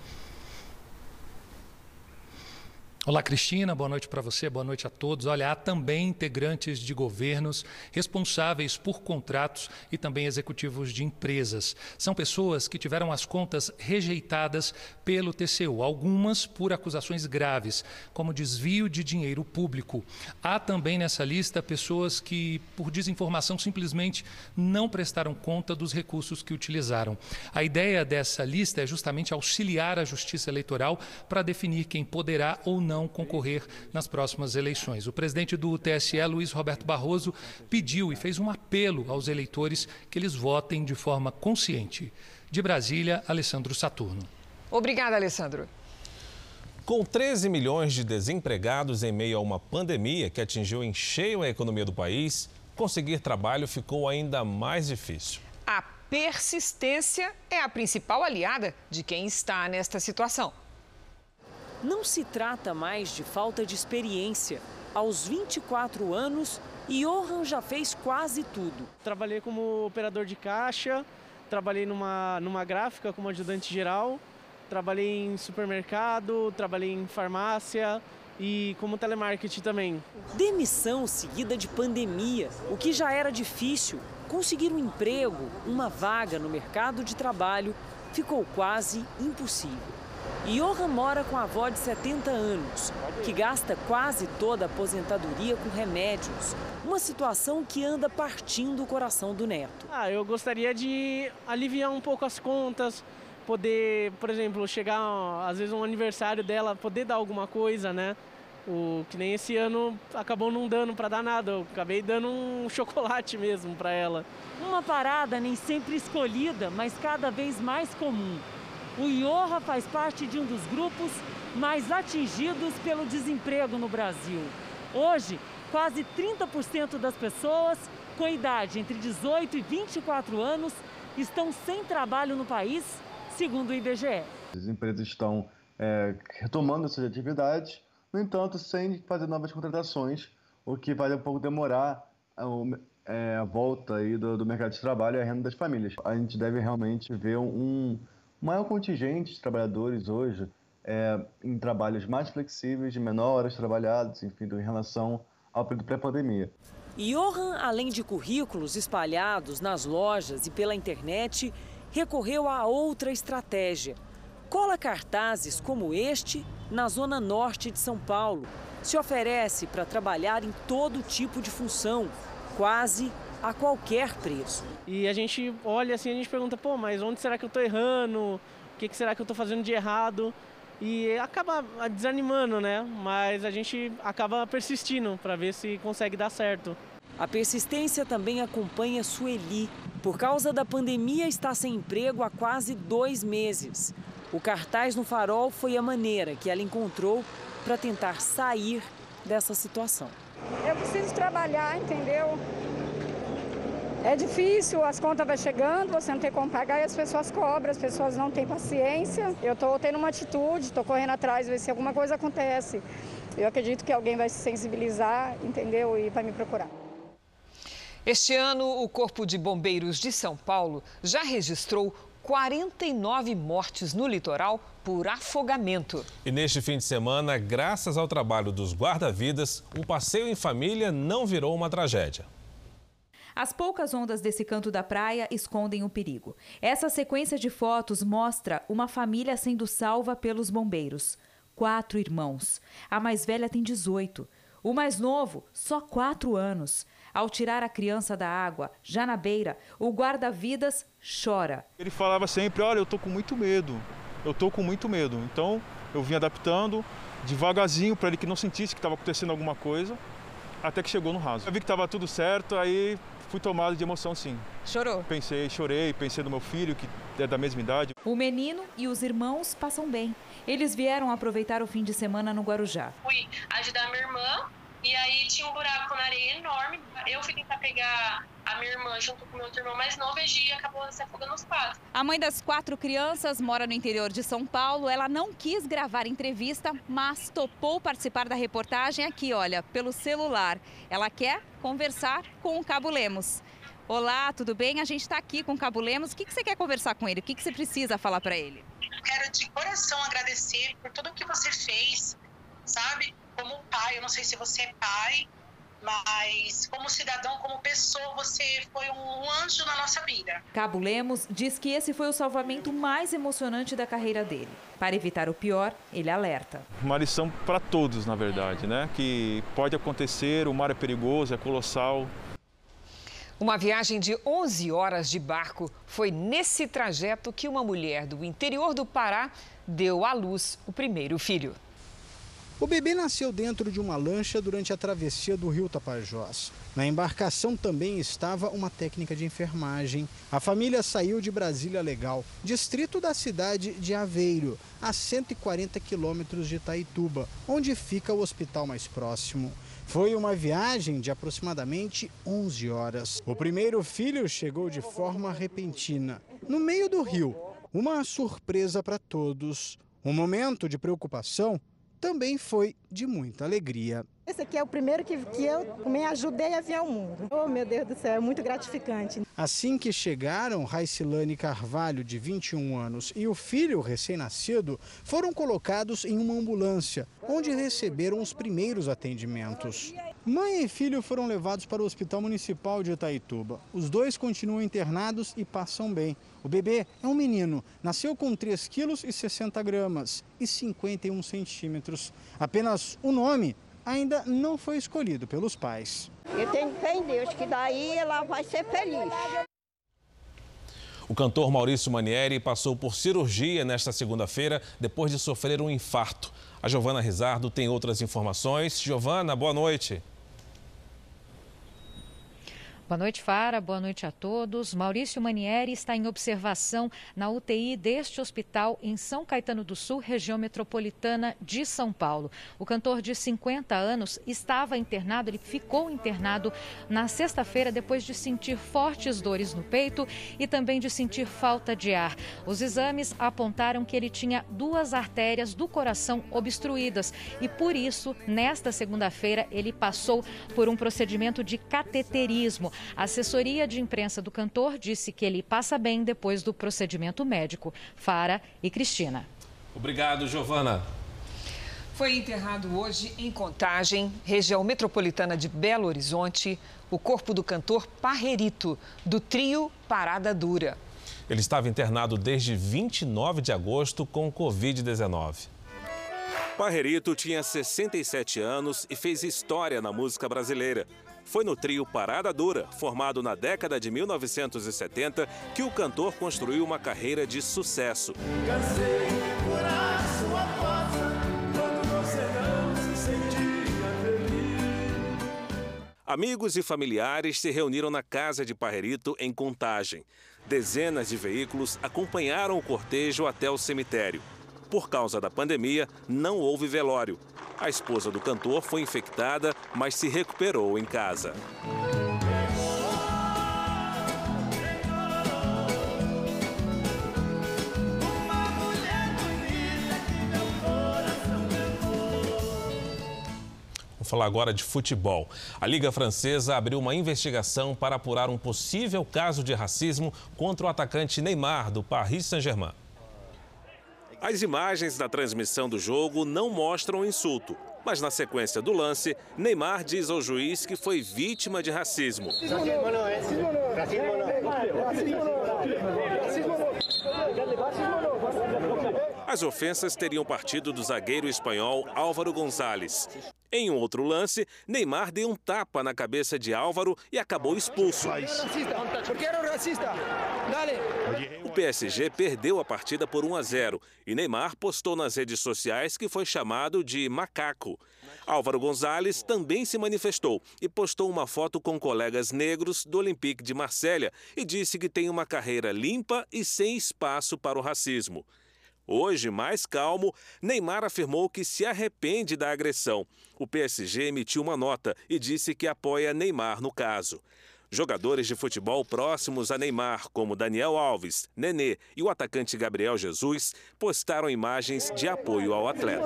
S12: Olá, Cristina, boa noite para você, boa noite a todos. Olha, há também integrantes de governos responsáveis por contratos e também executivos de empresas. São pessoas que tiveram as contas rejeitadas pelo T C U, algumas por acusações graves, como desvio de dinheiro público. Há também nessa lista pessoas que, por desinformação, simplesmente não prestaram conta dos recursos que utilizaram. A ideia dessa lista é justamente auxiliar a Justiça Eleitoral para definir quem poderá ou não não concorrer nas próximas eleições. O presidente do T S E, Luiz Roberto Barroso, pediu e fez um apelo aos eleitores que eles votem de forma consciente. De Brasília, Alessandro Saturno.
S3: Obrigada, Alessandro.
S2: Com treze milhões de desempregados em meio a uma pandemia que atingiu em cheio a economia do país, conseguir trabalho ficou ainda mais difícil.
S3: A persistência é a principal aliada de quem está nesta situação.
S14: Não se trata mais de falta de experiência. Aos vinte e quatro anos, Johan já fez quase tudo.
S15: Trabalhei como operador de caixa, trabalhei numa, numa gráfica como ajudante geral, trabalhei em supermercado, trabalhei em farmácia e como telemarketing também.
S14: Demissão seguida de pandemia, o que já era difícil. Conseguir um emprego, uma vaga no mercado de trabalho, ficou quase impossível. Johan mora com a avó de setenta anos, que gasta quase toda a aposentadoria com remédios. Uma situação que anda partindo o coração do neto.
S15: Ah, eu gostaria de aliviar um pouco as contas, poder, por exemplo, chegar, às vezes, um aniversário dela, poder dar alguma coisa, né? O, que nem esse ano acabou não dando para dar nada, eu acabei dando um chocolate mesmo para ela.
S14: Uma parada nem sempre escolhida, mas cada vez mais comum. O Johan faz parte de um dos grupos mais atingidos pelo desemprego no Brasil. Hoje, quase trinta por cento das pessoas com idade entre dezoito e vinte e quatro anos estão sem trabalho no país, segundo o I B G E.
S16: As empresas estão é, retomando suas atividades, no entanto, sem fazer novas contratações, o que vai um pouco demorar a, é, a volta aí do, do mercado de trabalho e a renda das famílias. A gente deve realmente ver um maior contingente de trabalhadores hoje é, em trabalhos mais flexíveis, de menor horas trabalhadas, enfim, em relação ao período pré-pandemia.
S14: Johan, além de currículos espalhados nas lojas e pela internet, recorreu a outra estratégia. Cola cartazes como este na zona norte de São Paulo. Se oferece para trabalhar em todo tipo de função, quase a qualquer preço.
S15: E a gente olha assim, a gente pergunta, pô, mas onde será que eu estou errando? O que, que será que eu estou fazendo de errado? E acaba desanimando, né? Mas a gente acaba persistindo para ver se consegue dar certo.
S14: A persistência também acompanha Sueli. Por causa da pandemia, está sem emprego há quase dois meses. O cartaz no farol foi a maneira que ela encontrou para tentar sair dessa situação.
S17: Eu preciso trabalhar, entendeu? É difícil, as contas vão chegando, você não tem como pagar e as pessoas cobram, as pessoas não têm paciência. Eu estou tendo uma atitude, estou correndo atrás, ver se alguma coisa acontece. Eu acredito que alguém vai se sensibilizar, entendeu? E vai me procurar.
S3: Este ano, o Corpo de Bombeiros de São Paulo já registrou quarenta e nove mortes no litoral por afogamento.
S2: E neste fim de semana, graças ao trabalho dos guarda-vidas, um passeio em família não virou uma tragédia.
S18: As poucas ondas desse canto da praia escondem o perigo. Essa sequência de fotos mostra uma família sendo salva pelos bombeiros. Quatro irmãos. A mais velha tem dezoito. O mais novo, só quatro anos. Ao tirar a criança da água, já na beira, o guarda-vidas chora.
S26: Ele falava sempre, olha, eu tô com muito medo, eu tô com muito medo. Então, eu vim adaptando devagarzinho para ele que não sentisse que estava acontecendo alguma coisa, até que chegou no raso. Eu vi que estava tudo certo, aí fui tomado de emoção, sim.
S18: Chorou?
S26: Pensei, chorei, pensei no meu filho, que é da mesma idade.
S18: O menino e os irmãos passam bem. Eles vieram aproveitar o fim de semana no Guarujá.
S27: Fui ajudar minha irmã. E aí tinha um buraco na areia enorme. Eu fui tentar pegar a minha irmã junto com o meu outro irmão mais novo e acabou se afogando nos quatro.
S18: A mãe das quatro crianças mora no interior de São Paulo. Ela não quis gravar entrevista, mas topou participar da reportagem aqui, olha, pelo celular. Ela quer conversar com o Cabo Lemos. Olá, tudo bem? A gente está aqui com o Cabo Lemos. O que, que você quer conversar com ele? O que, que você precisa falar para ele?
S27: Quero de coração agradecer por tudo que você fez, sabe? Como pai, eu não sei se você é pai, mas como cidadão, como pessoa, você foi um anjo na nossa vida.
S18: Cabo Lemos diz que esse foi o salvamento mais emocionante da carreira dele. Para evitar o pior, ele alerta.
S26: Uma lição para todos, na verdade, né? Que pode acontecer, o mar é perigoso, é colossal.
S3: Uma viagem de onze horas de barco. Foi nesse trajeto que uma mulher do interior do Pará deu à luz o primeiro filho.
S1: O bebê nasceu dentro de uma lancha durante a travessia do rio Tapajós. Na embarcação também estava uma técnica de enfermagem. A família saiu de Brasília Legal, distrito da cidade de Aveiro, a cento e quarenta quilômetros de Itaituba, onde fica o hospital mais próximo. Foi uma viagem de aproximadamente onze horas. O primeiro filho chegou de forma repentina, no meio do rio. Uma surpresa para todos. Um momento de preocupação também foi de muita alegria.
S13: Esse aqui é o primeiro que, que eu me ajudei a vir ao mundo. Oh, meu Deus do céu, é muito gratificante.
S1: Assim que chegaram, Raicilane Carvalho, de vinte e um anos, e o filho recém-nascido foram colocados em uma ambulância, onde receberam os primeiros atendimentos. Mãe e filho foram levados para o Hospital Municipal de Itaituba. Os dois continuam internados e passam bem. O bebê é um menino, nasceu com três quilos e sessenta gramas e cinquenta e um centímetros. Apenas o nome ainda não foi escolhido pelos pais.
S19: Eu tenho fé em Deus que daí ela vai ser feliz.
S2: O cantor Maurício Manieri passou por cirurgia nesta segunda-feira depois de sofrer um infarto. A Giovana Rizardo tem outras informações. Giovana, boa noite.
S20: Boa noite, Fara. Boa noite a todos. Maurício Manieri está em observação na U T I deste hospital em São Caetano do Sul, região metropolitana de São Paulo. O cantor de cinquenta anos estava internado, ele ficou internado na sexta-feira depois de sentir fortes dores no peito e também de sentir falta de ar. Os exames apontaram que ele tinha duas artérias do coração obstruídas e, por isso, nesta segunda-feira, ele passou por um procedimento de cateterismo. A assessoria de imprensa do cantor disse que ele passa bem depois do procedimento médico. Fara e Cristina.
S2: Obrigado, Giovana.
S3: Foi enterrado hoje em Contagem, região metropolitana de Belo Horizonte, o corpo do cantor Parrerito, do trio Parada Dura.
S2: Ele estava internado desde vinte e nove de agosto com covid dezenove. Parrerito tinha sessenta e sete anos e fez história na música brasileira. Foi no trio Parada Dura, formado na década de mil novecentos e setenta, que o cantor construiu uma carreira de sucesso. Cansei de curar sua força quando você não se sentia feliz. Amigos e familiares se reuniram na casa de Parrerito em Contagem. Dezenas de veículos acompanharam o cortejo até o cemitério. Por causa da pandemia, não houve velório. A esposa do cantor foi infectada, mas se recuperou em casa. Vamos falar agora de futebol. A Liga Francesa abriu uma investigação para apurar um possível caso de racismo contra o atacante Neymar, do Paris Saint-Germain. As imagens da transmissão do jogo não mostram o insulto, mas na sequência do lance, Neymar diz ao juiz que foi vítima de racismo. As ofensas teriam partido do zagueiro espanhol Álvaro González. Em um outro lance, Neymar deu um tapa na cabeça de Álvaro e acabou expulso. O P S G perdeu a partida por um a zero e Neymar postou nas redes sociais que foi chamado de macaco. Álvaro González também se manifestou e postou uma foto com colegas negros do Olympique de Marselha e disse que tem uma carreira limpa e sem espaço para o racismo. Hoje, mais calmo, Neymar afirmou que se arrepende da agressão. O P S G emitiu uma nota e disse que apoia Neymar no caso. Jogadores de futebol próximos a Neymar, como Daniel Alves, Nenê e o atacante Gabriel Jesus, postaram imagens de apoio ao atleta.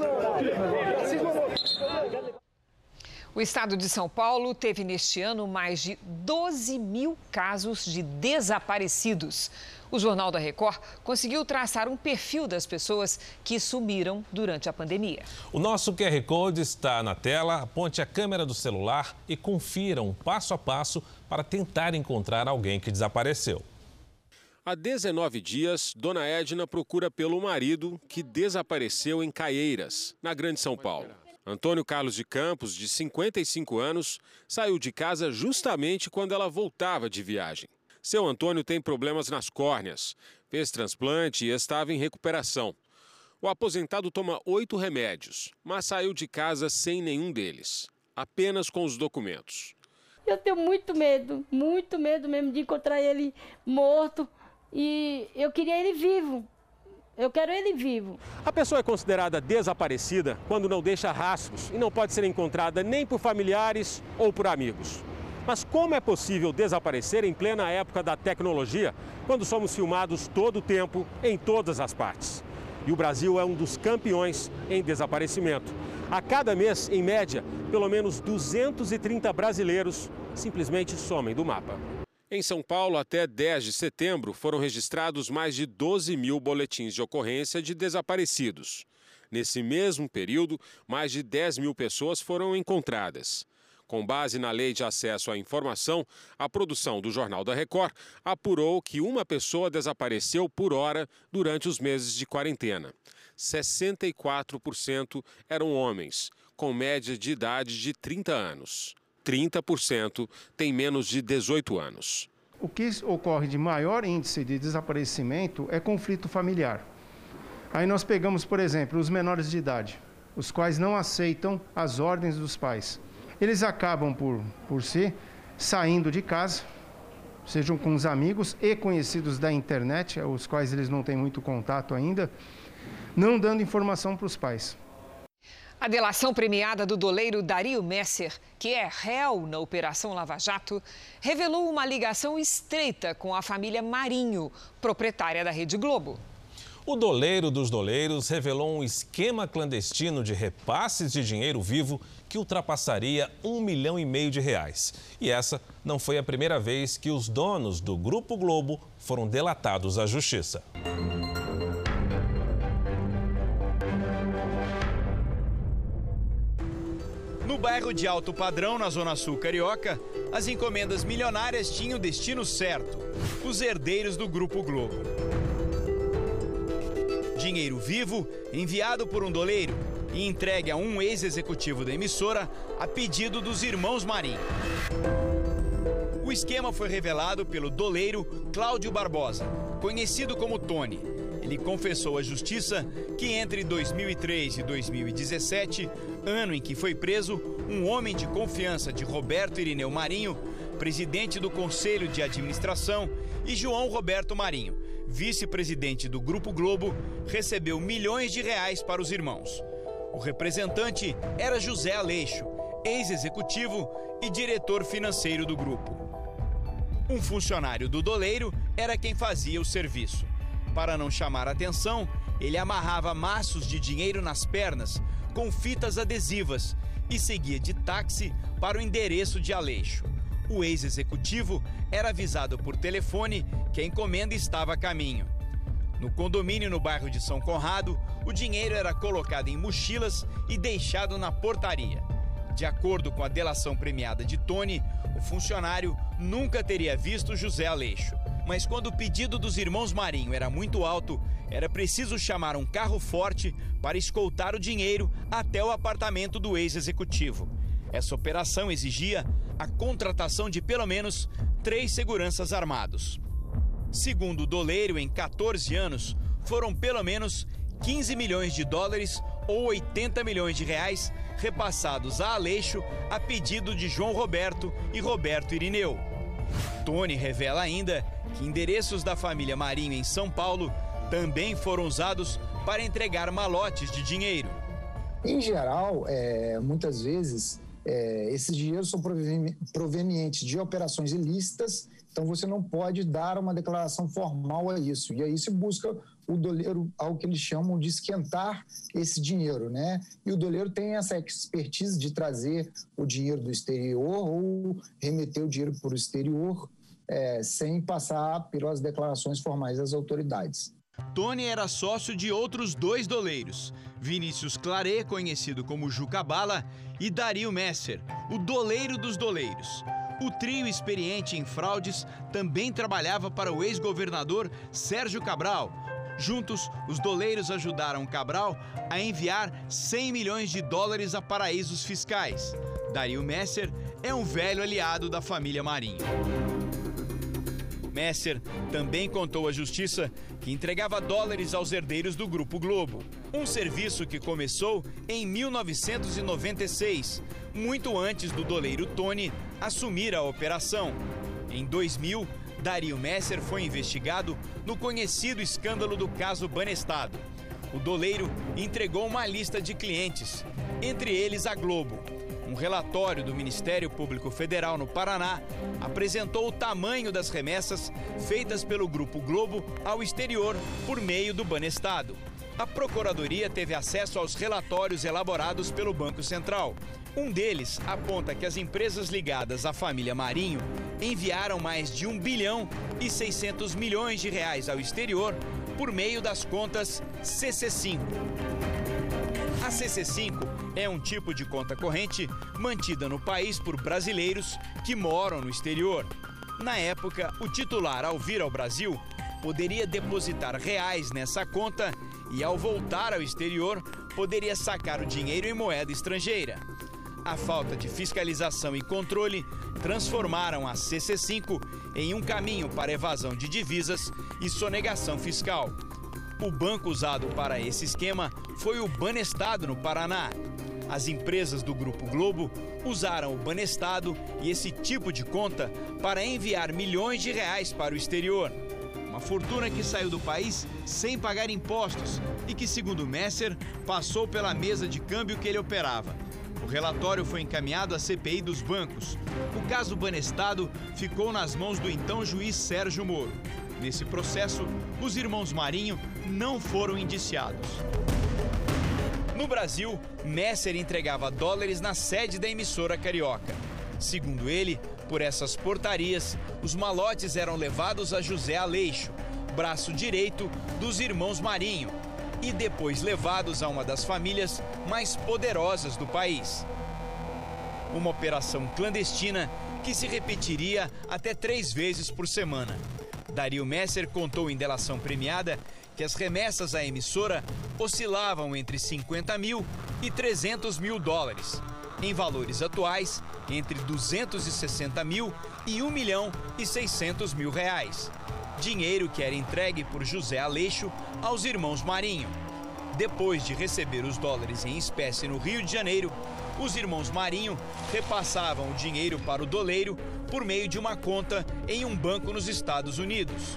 S3: O estado de São Paulo teve neste ano mais de doze mil casos de desaparecidos. O Jornal da Record conseguiu traçar um perfil das pessoas que sumiram durante a pandemia.
S2: O nosso Q R Code está na tela. Aponte a câmera do celular e confira um passo a passo para tentar encontrar alguém que desapareceu.
S21: Há dezenove dias, Dona Edna procura pelo marido que desapareceu em Caieiras, na Grande São Paulo. Antônio Carlos de Campos, de cinquenta e cinco anos, saiu de casa justamente quando ela voltava de viagem. Seu Antônio tem problemas nas córneas, fez transplante e estava em recuperação. O aposentado toma oito remédios, mas saiu de casa sem nenhum deles, apenas com os documentos.
S4: Eu tenho muito medo, muito medo mesmo de encontrar ele morto e eu queria ele vivo. Eu quero ele vivo.
S5: A pessoa é considerada desaparecida quando não deixa rastros e não pode ser encontrada nem por familiares ou por amigos. Mas como é possível desaparecer em plena época da tecnologia, quando somos filmados todo o tempo, em todas as partes? E o Brasil é um dos campeões em desaparecimento. A cada mês, em média, pelo menos duzentos e trinta brasileiros simplesmente somem do mapa.
S21: Em São Paulo, até dez de setembro, foram registrados mais de doze mil boletins de ocorrência de desaparecidos. Nesse mesmo período, mais de dez mil pessoas foram encontradas. Com base na Lei de Acesso à Informação, a produção do Jornal da Record apurou que uma pessoa desapareceu por hora durante os meses de quarentena. sessenta e quatro por cento eram homens, com média de idade de trinta anos. trinta por cento têm menos de dezoito anos.
S6: O que ocorre de maior índice de desaparecimento é conflito familiar. Aí nós pegamos, por exemplo, os menores de idade, os quais não aceitam as ordens dos pais. Eles acabam por, por ser saindo de casa, sejam com os amigos e conhecidos da internet, os quais eles não têm muito contato ainda, não dando informação para os pais.
S3: A delação premiada do doleiro Dario Messer, que é réu na Operação Lava Jato, revelou uma ligação estreita com a família Marinho, proprietária da Rede Globo.
S2: O doleiro dos doleiros revelou um esquema clandestino de repasses de dinheiro vivo que ultrapassaria um milhão e meio de reais. E essa não foi a primeira vez que os donos do Grupo Globo foram delatados à justiça.
S7: No bairro de Alto Padrão, na Zona Sul Carioca, as encomendas milionárias tinham o destino certo: os herdeiros do Grupo Globo. Dinheiro vivo enviado por um doleiro e entregue a um ex-executivo da emissora a pedido dos irmãos Marinho. O esquema foi revelado pelo doleiro Cláudio Barbosa, conhecido como Tony. Ele confessou à justiça que entre dois mil e três e dois mil e dezessete, ano em que foi preso, um homem de confiança de Roberto Irineu Marinho, presidente do Conselho de Administração, e João Roberto Marinho, vice-presidente do Grupo Globo, recebeu milhões de reais para os irmãos. O representante era José Aleixo, ex-executivo e diretor financeiro do grupo. Um funcionário do doleiro era quem fazia o serviço. Para não chamar atenção, ele amarrava maços de dinheiro nas pernas com fitas adesivas e seguia de táxi para o endereço de Aleixo. O ex-executivo era avisado por telefone que a encomenda estava a caminho. No condomínio no bairro de São Conrado, o dinheiro era colocado em mochilas e deixado na portaria. De acordo com a delação premiada de Tony, o funcionário nunca teria visto José Aleixo. Mas quando o pedido dos irmãos Marinho era muito alto, era preciso chamar um carro forte para escoltar o dinheiro até o apartamento do ex-executivo. Essa operação exigia a contratação de pelo menos três seguranças armados. Segundo o doleiro, em quatorze anos, foram pelo menos quinze milhões de dólares ou oitenta milhões de reais repassados a Aleixo a pedido de João Roberto e Roberto Irineu. Tony revela ainda que endereços da família Marinho em São Paulo também foram usados para entregar malotes de dinheiro.
S9: Em geral, é, muitas vezes, é, esses dinheiros são provenientes de operações ilícitas, então você não pode dar uma declaração formal a isso. E aí se busca o doleiro, algo que eles chamam de esquentar esse dinheiro, né? E o doleiro tem essa expertise de trazer o dinheiro do exterior ou remeter o dinheiro para o exterior, é, sem passar pelas declarações formais das autoridades.
S7: Tony era sócio de outros dois doleiros, Vinícius Claret, conhecido como Juca Bala, e Dario Messer, o doleiro dos doleiros. O trio experiente em fraudes também trabalhava para o ex-governador Sérgio Cabral. Juntos, os doleiros ajudaram Cabral a enviar cem milhões de dólares a paraísos fiscais. Dario Messer é um velho aliado da família Marinho. Messer também contou à justiça que entregava dólares aos herdeiros do Grupo Globo, um serviço que começou em mil novecentos e noventa e seis, muito antes do doleiro Tony assumir a operação. Em dois mil, Dario Messer foi investigado no conhecido escândalo do caso Banestado. O doleiro entregou uma lista de clientes, entre eles a Globo. Um relatório do Ministério Público Federal no Paraná apresentou o tamanho das remessas feitas pelo Grupo Globo ao exterior por meio do Banestado. A Procuradoria teve acesso aos relatórios elaborados pelo Banco Central. Um deles aponta que as empresas ligadas à família Marinho enviaram mais de um bilhão e seiscentos milhões de reais ao exterior por meio das contas C C cinco. A C C cinco é um tipo de conta corrente mantida no país por brasileiros que moram no exterior. Na época, o titular, ao vir ao Brasil, poderia depositar reais nessa conta e, ao voltar ao exterior, poderia sacar o dinheiro em moeda estrangeira. A falta de fiscalização e controle transformaram a C C cinco em um caminho para evasão de divisas e sonegação fiscal. O banco usado para esse esquema foi o Banestado, no Paraná. As empresas do Grupo Globo usaram o Banestado e esse tipo de conta para enviar milhões de reais para o exterior. Uma fortuna que saiu do país sem pagar impostos e que, segundo Messer, passou pela mesa de câmbio que ele operava. O relatório foi encaminhado à C P I dos bancos. O caso Banestado ficou nas mãos do então juiz Sérgio Moro. Nesse processo, os irmãos Marinho não foram indiciados. No Brasil, Messer entregava dólares na sede da emissora carioca. Segundo ele, por essas portarias, os malotes eram levados a José Aleixo, braço direito dos irmãos Marinho, e depois levados a uma das famílias mais poderosas do país. Uma operação clandestina que se repetiria até três vezes por semana. Dario Messer contou em delação premiada que as remessas à emissora oscilavam entre cinquenta mil e trezentos mil dólares. Em valores atuais, entre duzentos e sessenta mil e um milhão e seiscentos mil reais. Dinheiro que era entregue por José Aleixo aos irmãos Marinho. Depois de receber os dólares em espécie no Rio de Janeiro, os irmãos Marinho repassavam o dinheiro para o doleiro por meio de uma conta em um banco nos Estados Unidos.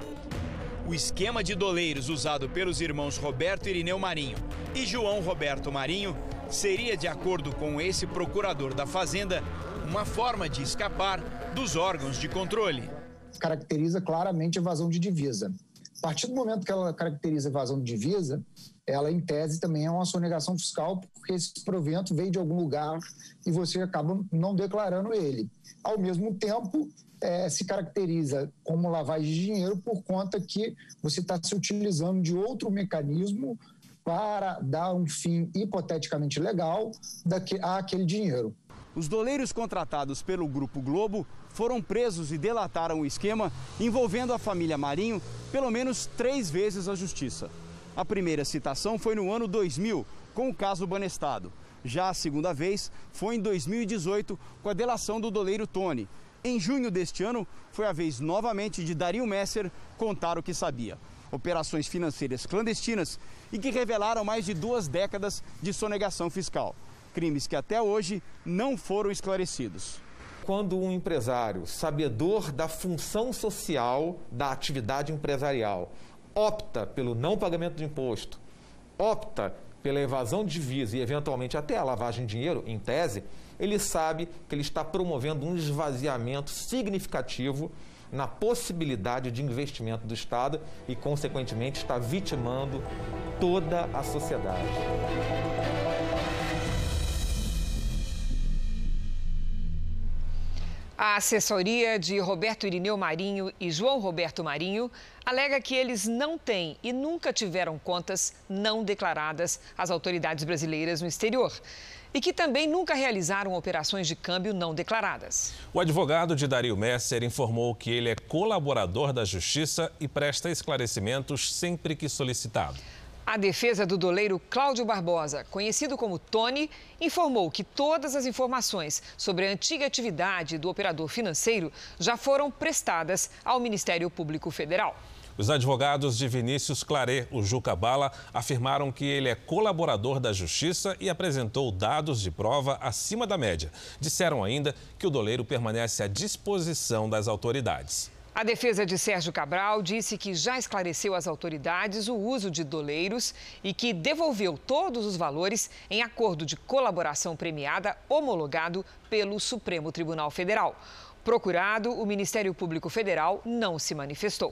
S7: O esquema de doleiros usado pelos irmãos Roberto Irineu Marinho e João Roberto Marinho seria, de acordo com esse procurador da Fazenda, uma forma de escapar dos órgãos de controle.
S9: Caracteriza claramente evasão de divisa. A partir do momento que ela caracteriza evasão de divisa, ela, em tese, também é uma sonegação fiscal, porque esse provento veio de algum lugar e você acaba não declarando ele. Ao mesmo tempo, é, se caracteriza como lavagem de dinheiro por conta que você está se utilizando de outro mecanismo para dar um fim hipoteticamente legal àquele dinheiro.
S7: Os doleiros contratados pelo Grupo Globo foram presos e delataram o esquema envolvendo a família Marinho pelo menos três vezes à justiça. A primeira citação foi no ano dois mil, com o caso Banestado. Já a segunda vez foi em dois mil e dezoito, com a delação do doleiro Tony. Em junho deste ano, foi a vez novamente de Dario Messer contar o que sabia. Operações financeiras clandestinas e que revelaram mais de duas décadas de sonegação fiscal. Crimes que até hoje não foram esclarecidos.
S8: Quando um empresário, sabedor da função social da atividade empresarial, opta pelo não pagamento de imposto, opta pela evasão de divisa e, eventualmente, até a lavagem de dinheiro, em tese, ele sabe que ele está promovendo um esvaziamento significativo na possibilidade de investimento do Estado e, consequentemente, está vitimando toda a sociedade.
S3: A assessoria de Roberto Irineu Marinho e João Roberto Marinho alega que eles não têm e nunca tiveram contas não declaradas às autoridades brasileiras no exterior e que também nunca realizaram operações de câmbio não declaradas.
S2: O advogado de Dario Messer informou que ele é colaborador da Justiça e presta esclarecimentos sempre que solicitado.
S3: A defesa do doleiro Cláudio Barbosa, conhecido como Tony, informou que todas as informações sobre a antiga atividade do operador financeiro já foram prestadas ao Ministério Público Federal.
S2: Os advogados de Vinícius Claret, o Juca Bala, afirmaram que ele é colaborador da Justiça e apresentou dados de prova acima da média. Disseram ainda que o doleiro permanece à disposição das autoridades.
S3: A defesa de Sérgio Cabral disse que já esclareceu às autoridades o uso de doleiros e que devolveu todos os valores em acordo de colaboração premiada homologado pelo Supremo Tribunal Federal. Procurado, o Ministério Público Federal não se manifestou.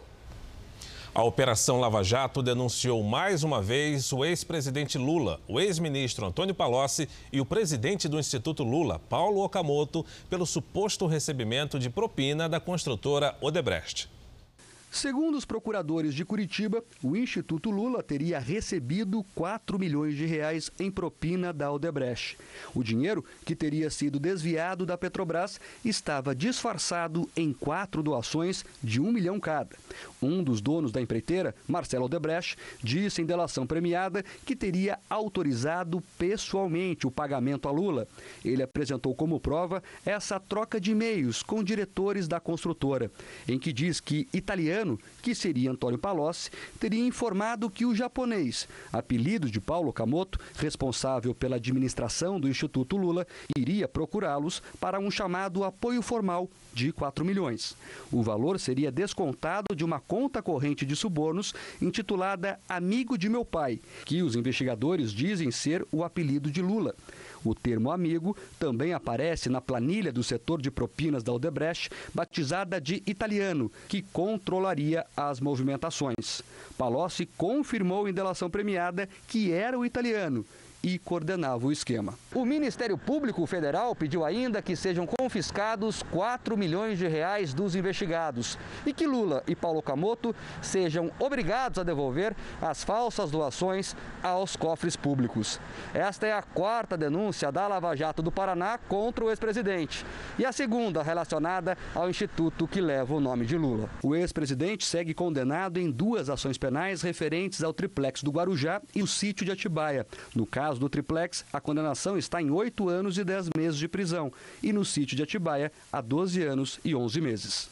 S2: A Operação Lava Jato denunciou mais uma vez o ex-presidente Lula, o ex-ministro Antônio Palocci e o presidente do Instituto Lula, Paulo Okamoto, pelo suposto recebimento de propina da construtora Odebrecht.
S10: Segundo os procuradores de Curitiba, o Instituto Lula teria recebido quatro milhões de reais em propina da Odebrecht. O dinheiro, que teria sido desviado da Petrobras, estava disfarçado em quatro doações de um milhão cada. Um dos donos da empreiteira, Marcelo Odebrecht, disse em delação premiada que teria autorizado pessoalmente o pagamento a Lula. Ele apresentou como prova essa troca de e-mails com diretores da construtora, em que diz que italiano, que seria Antônio Palocci, teria informado que o japonês, apelido de Paulo Okamoto, responsável pela administração do Instituto Lula, iria procurá-los para um chamado apoio formal de quatro milhões. O valor seria descontado de uma conta corrente de subornos intitulada Amigo de Meu Pai, que os investigadores dizem ser o apelido de Lula. O termo amigo também aparece na planilha do setor de propinas da Odebrecht, batizada de italiano, que controlaria as movimentações. Palocci confirmou em delação premiada que era o italiano e coordenava o esquema. O Ministério Público Federal pediu ainda que sejam confiscados quatro milhões de reais dos investigados e que Lula e Paulo Okamoto sejam obrigados a devolver as falsas doações aos cofres públicos. Esta é a quarta denúncia da Lava Jato do Paraná contra o ex-presidente e a segunda relacionada ao instituto que leva o nome de Lula. O ex-presidente segue condenado em duas ações penais referentes ao triplex do Guarujá e o sítio de Atibaia. No caso do triplex, a condenação está em oito anos e dez meses de prisão e no sítio de Atibaia, há doze anos e onze meses.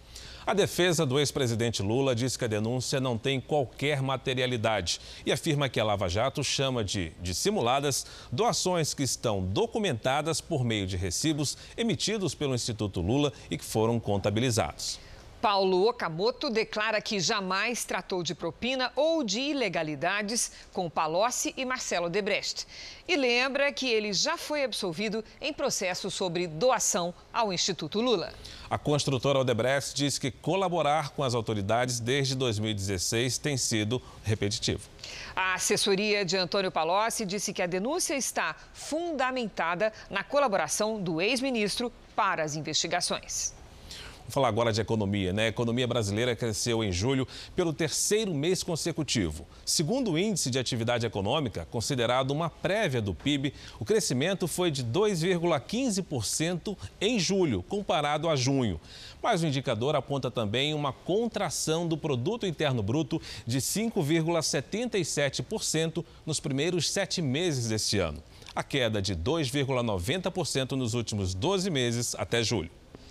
S2: A defesa do ex-presidente Lula diz que a denúncia não tem qualquer materialidade e afirma que a Lava Jato chama de dissimuladas doações que estão documentadas por meio de recibos emitidos pelo Instituto Lula e que foram contabilizados.
S3: Paulo Okamoto declara que jamais tratou de propina ou de ilegalidades com Palocci e Marcelo Odebrecht. E lembra que ele já foi absolvido em processo sobre doação ao Instituto Lula.
S2: A construtora Odebrecht diz que colaborar com as autoridades desde dois mil e dezesseis tem sido repetitivo.
S3: A assessoria de Antônio Palocci disse que a denúncia está fundamentada na colaboração do ex-ministro para as investigações.
S2: Vamos falar agora de economia, né? A economia brasileira cresceu em julho pelo terceiro mês consecutivo. Segundo o Índice de Atividade Econômica, considerado uma prévia do P I B, o crescimento foi de dois vírgula quinze por cento em julho, comparado a junho. Mas o indicador aponta também uma contração do Produto Interno Bruto de cinco vírgula setenta e sete por cento nos primeiros sete meses deste ano. A queda de dois vírgula noventa por cento nos últimos doze meses até julho.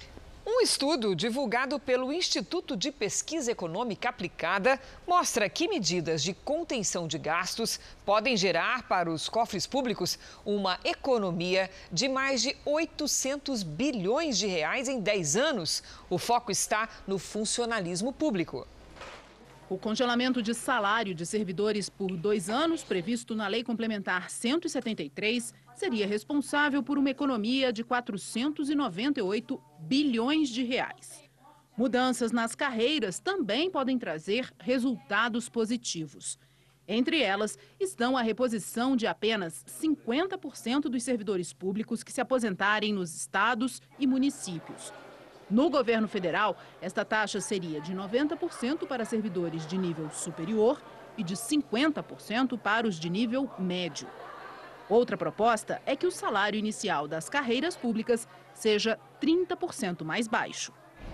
S3: Um estudo divulgado pelo Instituto de Pesquisa Econômica Aplicada mostra que medidas de contenção de gastos podem gerar para os cofres públicos uma economia de mais de oitocentos bilhões de reais em dez anos. O foco está no funcionalismo público.
S11: O congelamento de salário de servidores por dois anos, previsto na Lei Complementar cento e setenta e três, seria responsável por uma economia de quatrocentos e noventa e oito bilhões de reais. Mudanças nas carreiras também podem trazer resultados positivos. Entre elas estão a reposição de apenas cinquenta por cento dos servidores públicos que se aposentarem nos estados e municípios. No governo federal, esta taxa seria de noventa por cento para servidores de nível superior e de cinquenta por cento para os de nível médio. Outra proposta é que o salário inicial das carreiras públicas seja trinta por cento mais baixo.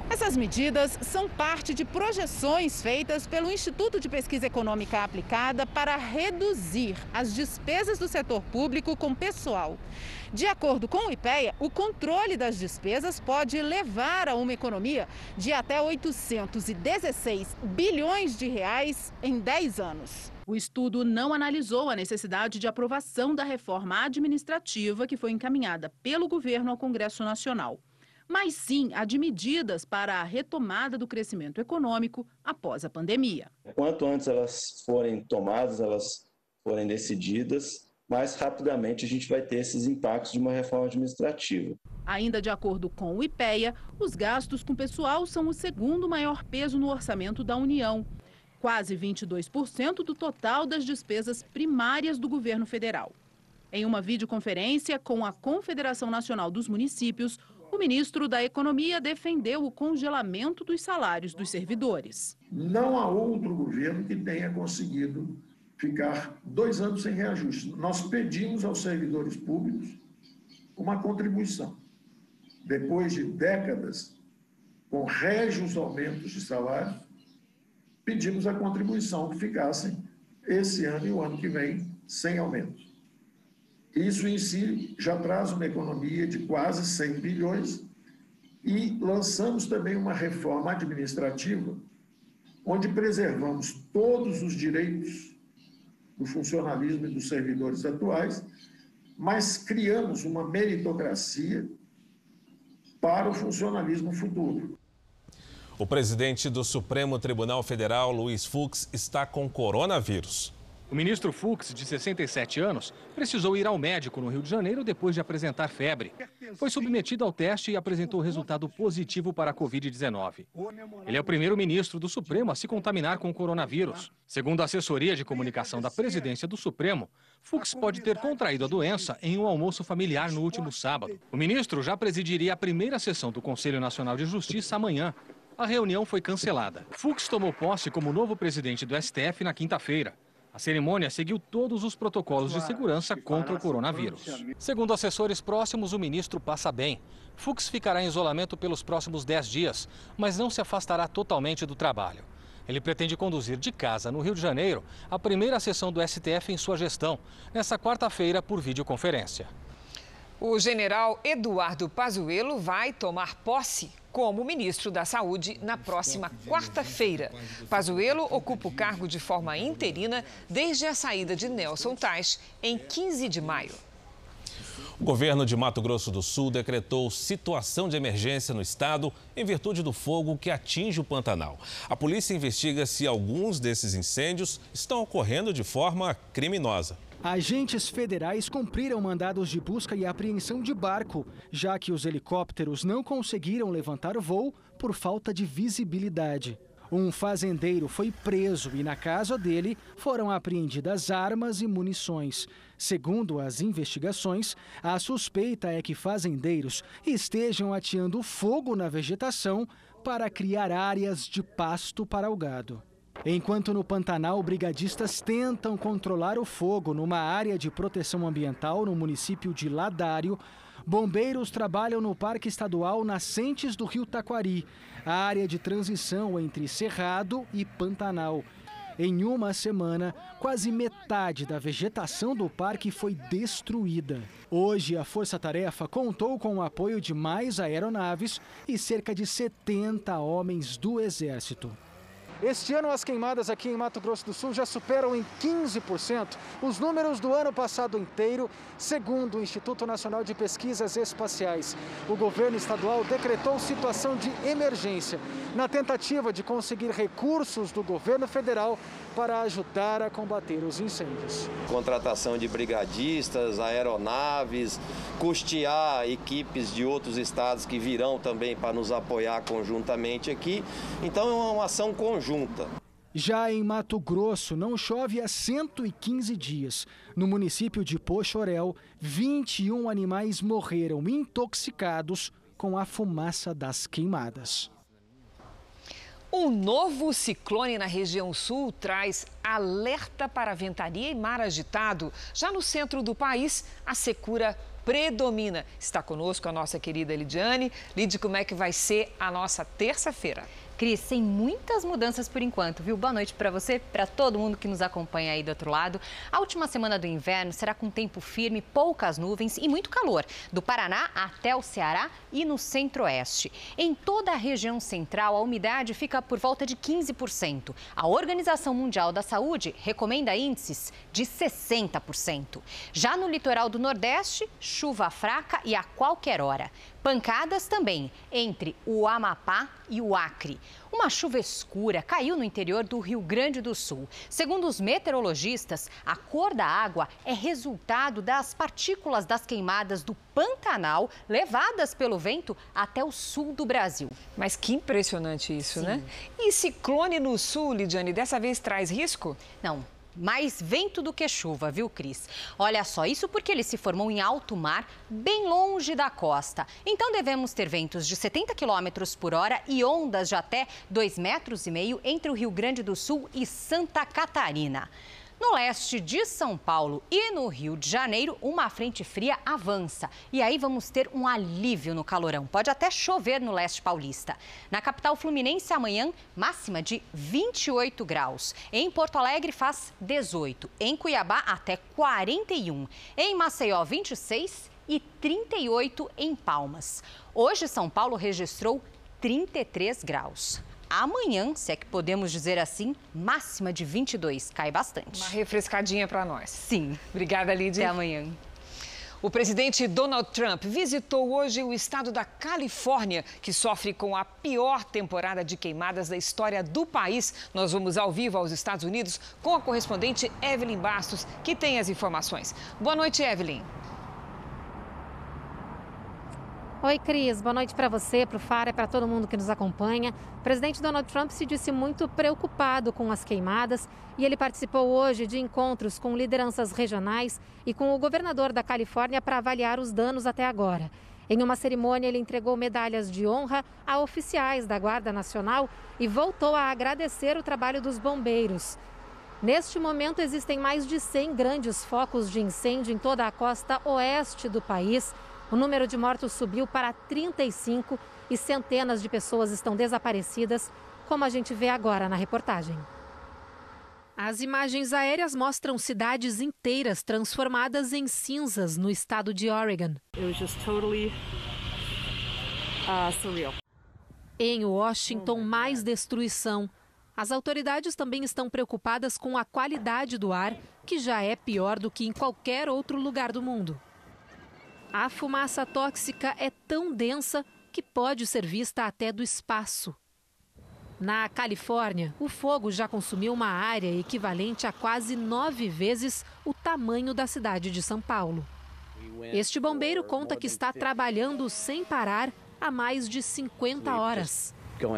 S11: Essas medidas são parte de projeções feitas pelo Instituto de Pesquisa Econômica Aplicada para reduzir as despesas do setor público com pessoal. De acordo com o IPEA, o controle das despesas pode levar a uma economia de até oitocentos e dezesseis bilhões de reais em dez anos. O estudo não analisou a necessidade de aprovação da reforma administrativa que foi encaminhada pelo governo ao Congresso Nacional, mas sim a de medidas para a retomada do crescimento econômico após a pandemia.
S12: Quanto antes elas forem tomadas, elas forem decididas, mais rapidamente a gente vai ter esses impactos de uma reforma administrativa.
S11: Ainda de acordo com o IPEA, os gastos com pessoal são o segundo maior peso no orçamento da União, quase vinte e dois por cento do total das despesas primárias do governo federal. Em uma videoconferência com a Confederação Nacional dos Municípios, o ministro da Economia defendeu o congelamento dos salários dos servidores.
S15: Não há outro governo que tenha conseguido ficar dois anos sem reajuste. Nós pedimos aos servidores públicos uma contribuição. Depois de décadas, com régios aumentos de salário, pedimos a contribuição que ficassem esse ano e o ano que vem sem aumento. Isso em si já traz uma economia de quase cem bilhões e lançamos também uma reforma administrativa onde preservamos todos os direitos do funcionalismo e dos servidores atuais, mas criamos uma meritocracia para o funcionalismo futuro.
S2: O presidente do Supremo Tribunal Federal, Luiz Fux, está com coronavírus.
S16: O ministro Fux, de sessenta e sete anos, precisou ir ao médico no Rio de Janeiro depois de apresentar febre. Foi submetido ao teste e apresentou resultado positivo para a covid dezenove. Ele é o primeiro ministro do Supremo a se contaminar com o coronavírus. Segundo a assessoria de comunicação da presidência do Supremo, Fux pode ter contraído a doença em um almoço familiar no último sábado. O ministro já presidiria a primeira sessão do Conselho Nacional de Justiça amanhã. A reunião foi cancelada. Fux tomou posse como novo presidente do S T F na quinta-feira. A cerimônia seguiu todos os protocolos de segurança contra o coronavírus. Segundo assessores próximos, o ministro passa bem. Fux ficará em isolamento pelos próximos dez dias, mas não se afastará totalmente do trabalho. Ele pretende conduzir de casa, no Rio de Janeiro, a primeira sessão do S T F em sua gestão, nesta quarta-feira, por videoconferência.
S3: O general Eduardo Pazuello vai tomar posse como ministro da Saúde na próxima quarta-feira. Pazuello ocupa o cargo de forma interina desde a saída de Nelson Teich em quinze de maio.
S2: O governo de Mato Grosso do Sul decretou situação de emergência no estado em virtude do fogo que atinge o Pantanal. A polícia investiga se alguns desses incêndios estão ocorrendo de forma criminosa.
S1: Agentes federais cumpriram mandados de busca e apreensão de barco, já que os helicópteros não conseguiram levantar o voo por falta de visibilidade. Um fazendeiro foi preso e na casa dele foram apreendidas armas e munições. Segundo as investigações, a suspeita é que fazendeiros estejam ateando fogo na vegetação para criar áreas de pasto para o gado. Enquanto no Pantanal, brigadistas tentam controlar o fogo numa área de proteção ambiental no município de Ladário, bombeiros trabalham no Parque Estadual Nascentes do Rio Taquari, a área de transição entre Cerrado e Pantanal. Em uma semana, quase metade da vegetação do parque foi destruída. Hoje, a Força Tarefa contou com o apoio de mais aeronaves e cerca de setenta homens do Exército. Este ano, as queimadas aqui em Mato Grosso do Sul já superam em quinze por cento os números do ano passado inteiro, segundo o Instituto Nacional de Pesquisas Espaciais. O governo estadual decretou situação de emergência, na tentativa de conseguir recursos do governo federal para ajudar a combater os incêndios.
S12: Contratação de brigadistas, aeronaves, custear equipes de outros estados que virão também para nos apoiar conjuntamente aqui. Então, é uma ação conjunta. Junta.
S1: Já em Mato Grosso, não chove há cento e quinze dias. No município de Poxoréu, vinte e um animais morreram intoxicados com a fumaça das queimadas.
S3: Um novo ciclone na região sul traz alerta para ventania e mar agitado. Já no centro do país, a secura predomina. Está conosco a nossa querida Lidiane. Lid, como é que vai ser a nossa terça-feira?
S14: Cris, sem muitas mudanças por enquanto, viu? Boa noite para você, para todo mundo que nos acompanha aí do outro lado. A última semana do inverno será com tempo firme, poucas nuvens e muito calor, do Paraná até o Ceará e no centro-oeste. Em toda a região central, a umidade fica por volta de quinze por cento. A Organização Mundial da Saúde recomenda índices de sessenta por cento. Já no litoral do Nordeste, chuva fraca e a qualquer hora. Pancadas também entre o Amapá e o Acre. Uma chuva escura caiu no interior do Rio Grande do Sul. Segundo os meteorologistas, a cor da água é resultado das partículas das queimadas do Pantanal levadas pelo vento até o sul do Brasil.
S3: Mas que impressionante isso,
S14: Sim.
S3: né? E ciclone no sul, Lidiane, dessa vez traz risco?
S14: Não. Mais vento do que chuva, viu, Cris? Olha só, isso porque ele se formou em alto mar, bem longe da costa. Então devemos ter ventos de setenta quilômetros por hora e ondas de até dois metros e meio entre o Rio Grande do Sul e Santa Catarina. No leste de São Paulo e no Rio de Janeiro, uma frente fria avança. E aí vamos ter um alívio no calorão. Pode até chover no leste paulista. Na capital fluminense, amanhã, máxima de vinte e oito graus. Em Porto Alegre, faz dezoito. Em Cuiabá, até quarenta e um. Em Maceió, vinte e seis e trinta e oito em Palmas. Hoje, São Paulo registrou trinta e três graus. Amanhã, se é que podemos dizer assim, máxima de vinte e dois, cai bastante.
S3: Uma refrescadinha para nós.
S14: Sim.
S3: Obrigada, Lídia.
S14: Até amanhã.
S3: O presidente Donald Trump visitou hoje o estado da Califórnia, que sofre com a pior temporada de queimadas da história do país. Nós vamos ao vivo aos Estados Unidos com a correspondente Evelyn Bastos, que tem as informações. Boa noite, Evelyn.
S17: Oi, Cris. Boa noite para você, para o Fara e para todo mundo que nos acompanha. O presidente Donald Trump se disse muito preocupado com as queimadas e ele participou hoje de encontros com lideranças regionais e com o governador da Califórnia para avaliar os danos até agora. Em uma cerimônia, ele entregou medalhas de honra a oficiais da Guarda Nacional e voltou a agradecer o trabalho dos bombeiros. Neste momento, existem mais de cem grandes focos de incêndio em toda a costa oeste do país. O número de mortos subiu para trinta e cinco e centenas de pessoas estão desaparecidas, como a gente vê agora na reportagem. As imagens aéreas mostram cidades inteiras transformadas em cinzas no estado de Oregon. It was just totally, uh, surreal. Em Washington, mais destruição. As autoridades também estão preocupadas com a qualidade do ar, que já é pior do que em qualquer outro lugar do mundo. A fumaça tóxica é tão densa que pode ser vista até do espaço. Na Califórnia, o fogo já consumiu uma área equivalente a quase nove vezes o tamanho da cidade de São Paulo. Este bombeiro conta que está trabalhando sem parar há mais de cinquenta horas.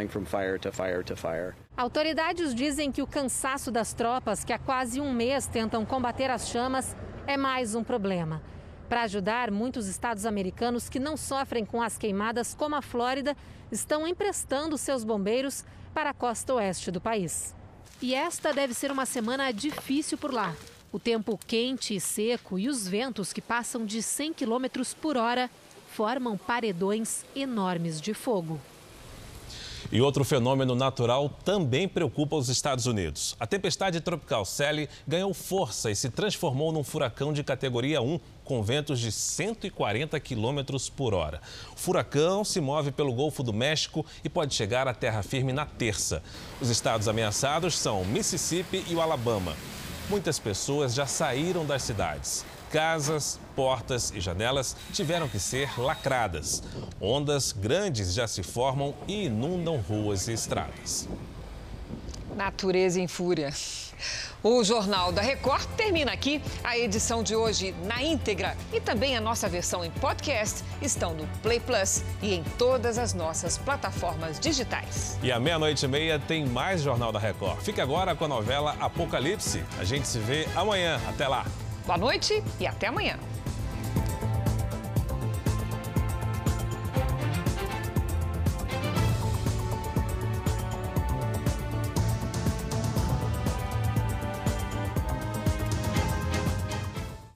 S17: Autoridades dizem que o cansaço das tropas, que há quase um mês tentam combater as chamas, é mais um problema. Para ajudar, muitos estados americanos que não sofrem com as queimadas, como a Flórida, estão emprestando seus bombeiros para a costa oeste do país. E esta deve ser uma semana difícil por lá. O tempo quente e seco e os ventos que passam de cem quilômetros por hora formam paredões enormes de fogo.
S2: E outro fenômeno natural também preocupa os Estados Unidos. A tempestade tropical Sally ganhou força e se transformou num furacão de categoria um, com ventos de cento e quarenta quilômetros por hora. O furacão se move pelo Golfo do México e pode chegar à terra firme na terça. Os estados ameaçados são o Mississippi e o Alabama. Muitas pessoas já saíram das cidades. Casas, portas e janelas tiveram que ser lacradas. Ondas grandes já se formam e inundam ruas e estradas.
S3: Natureza em fúria. O Jornal da Record termina aqui. A edição de hoje na íntegra e também a nossa versão em podcast estão no Play Plus e em todas as nossas plataformas digitais.
S2: E à meia-noite e meia tem mais Jornal da Record. Fique agora com a novela Apocalipse. A gente se vê amanhã. Até lá.
S3: Boa noite e até amanhã.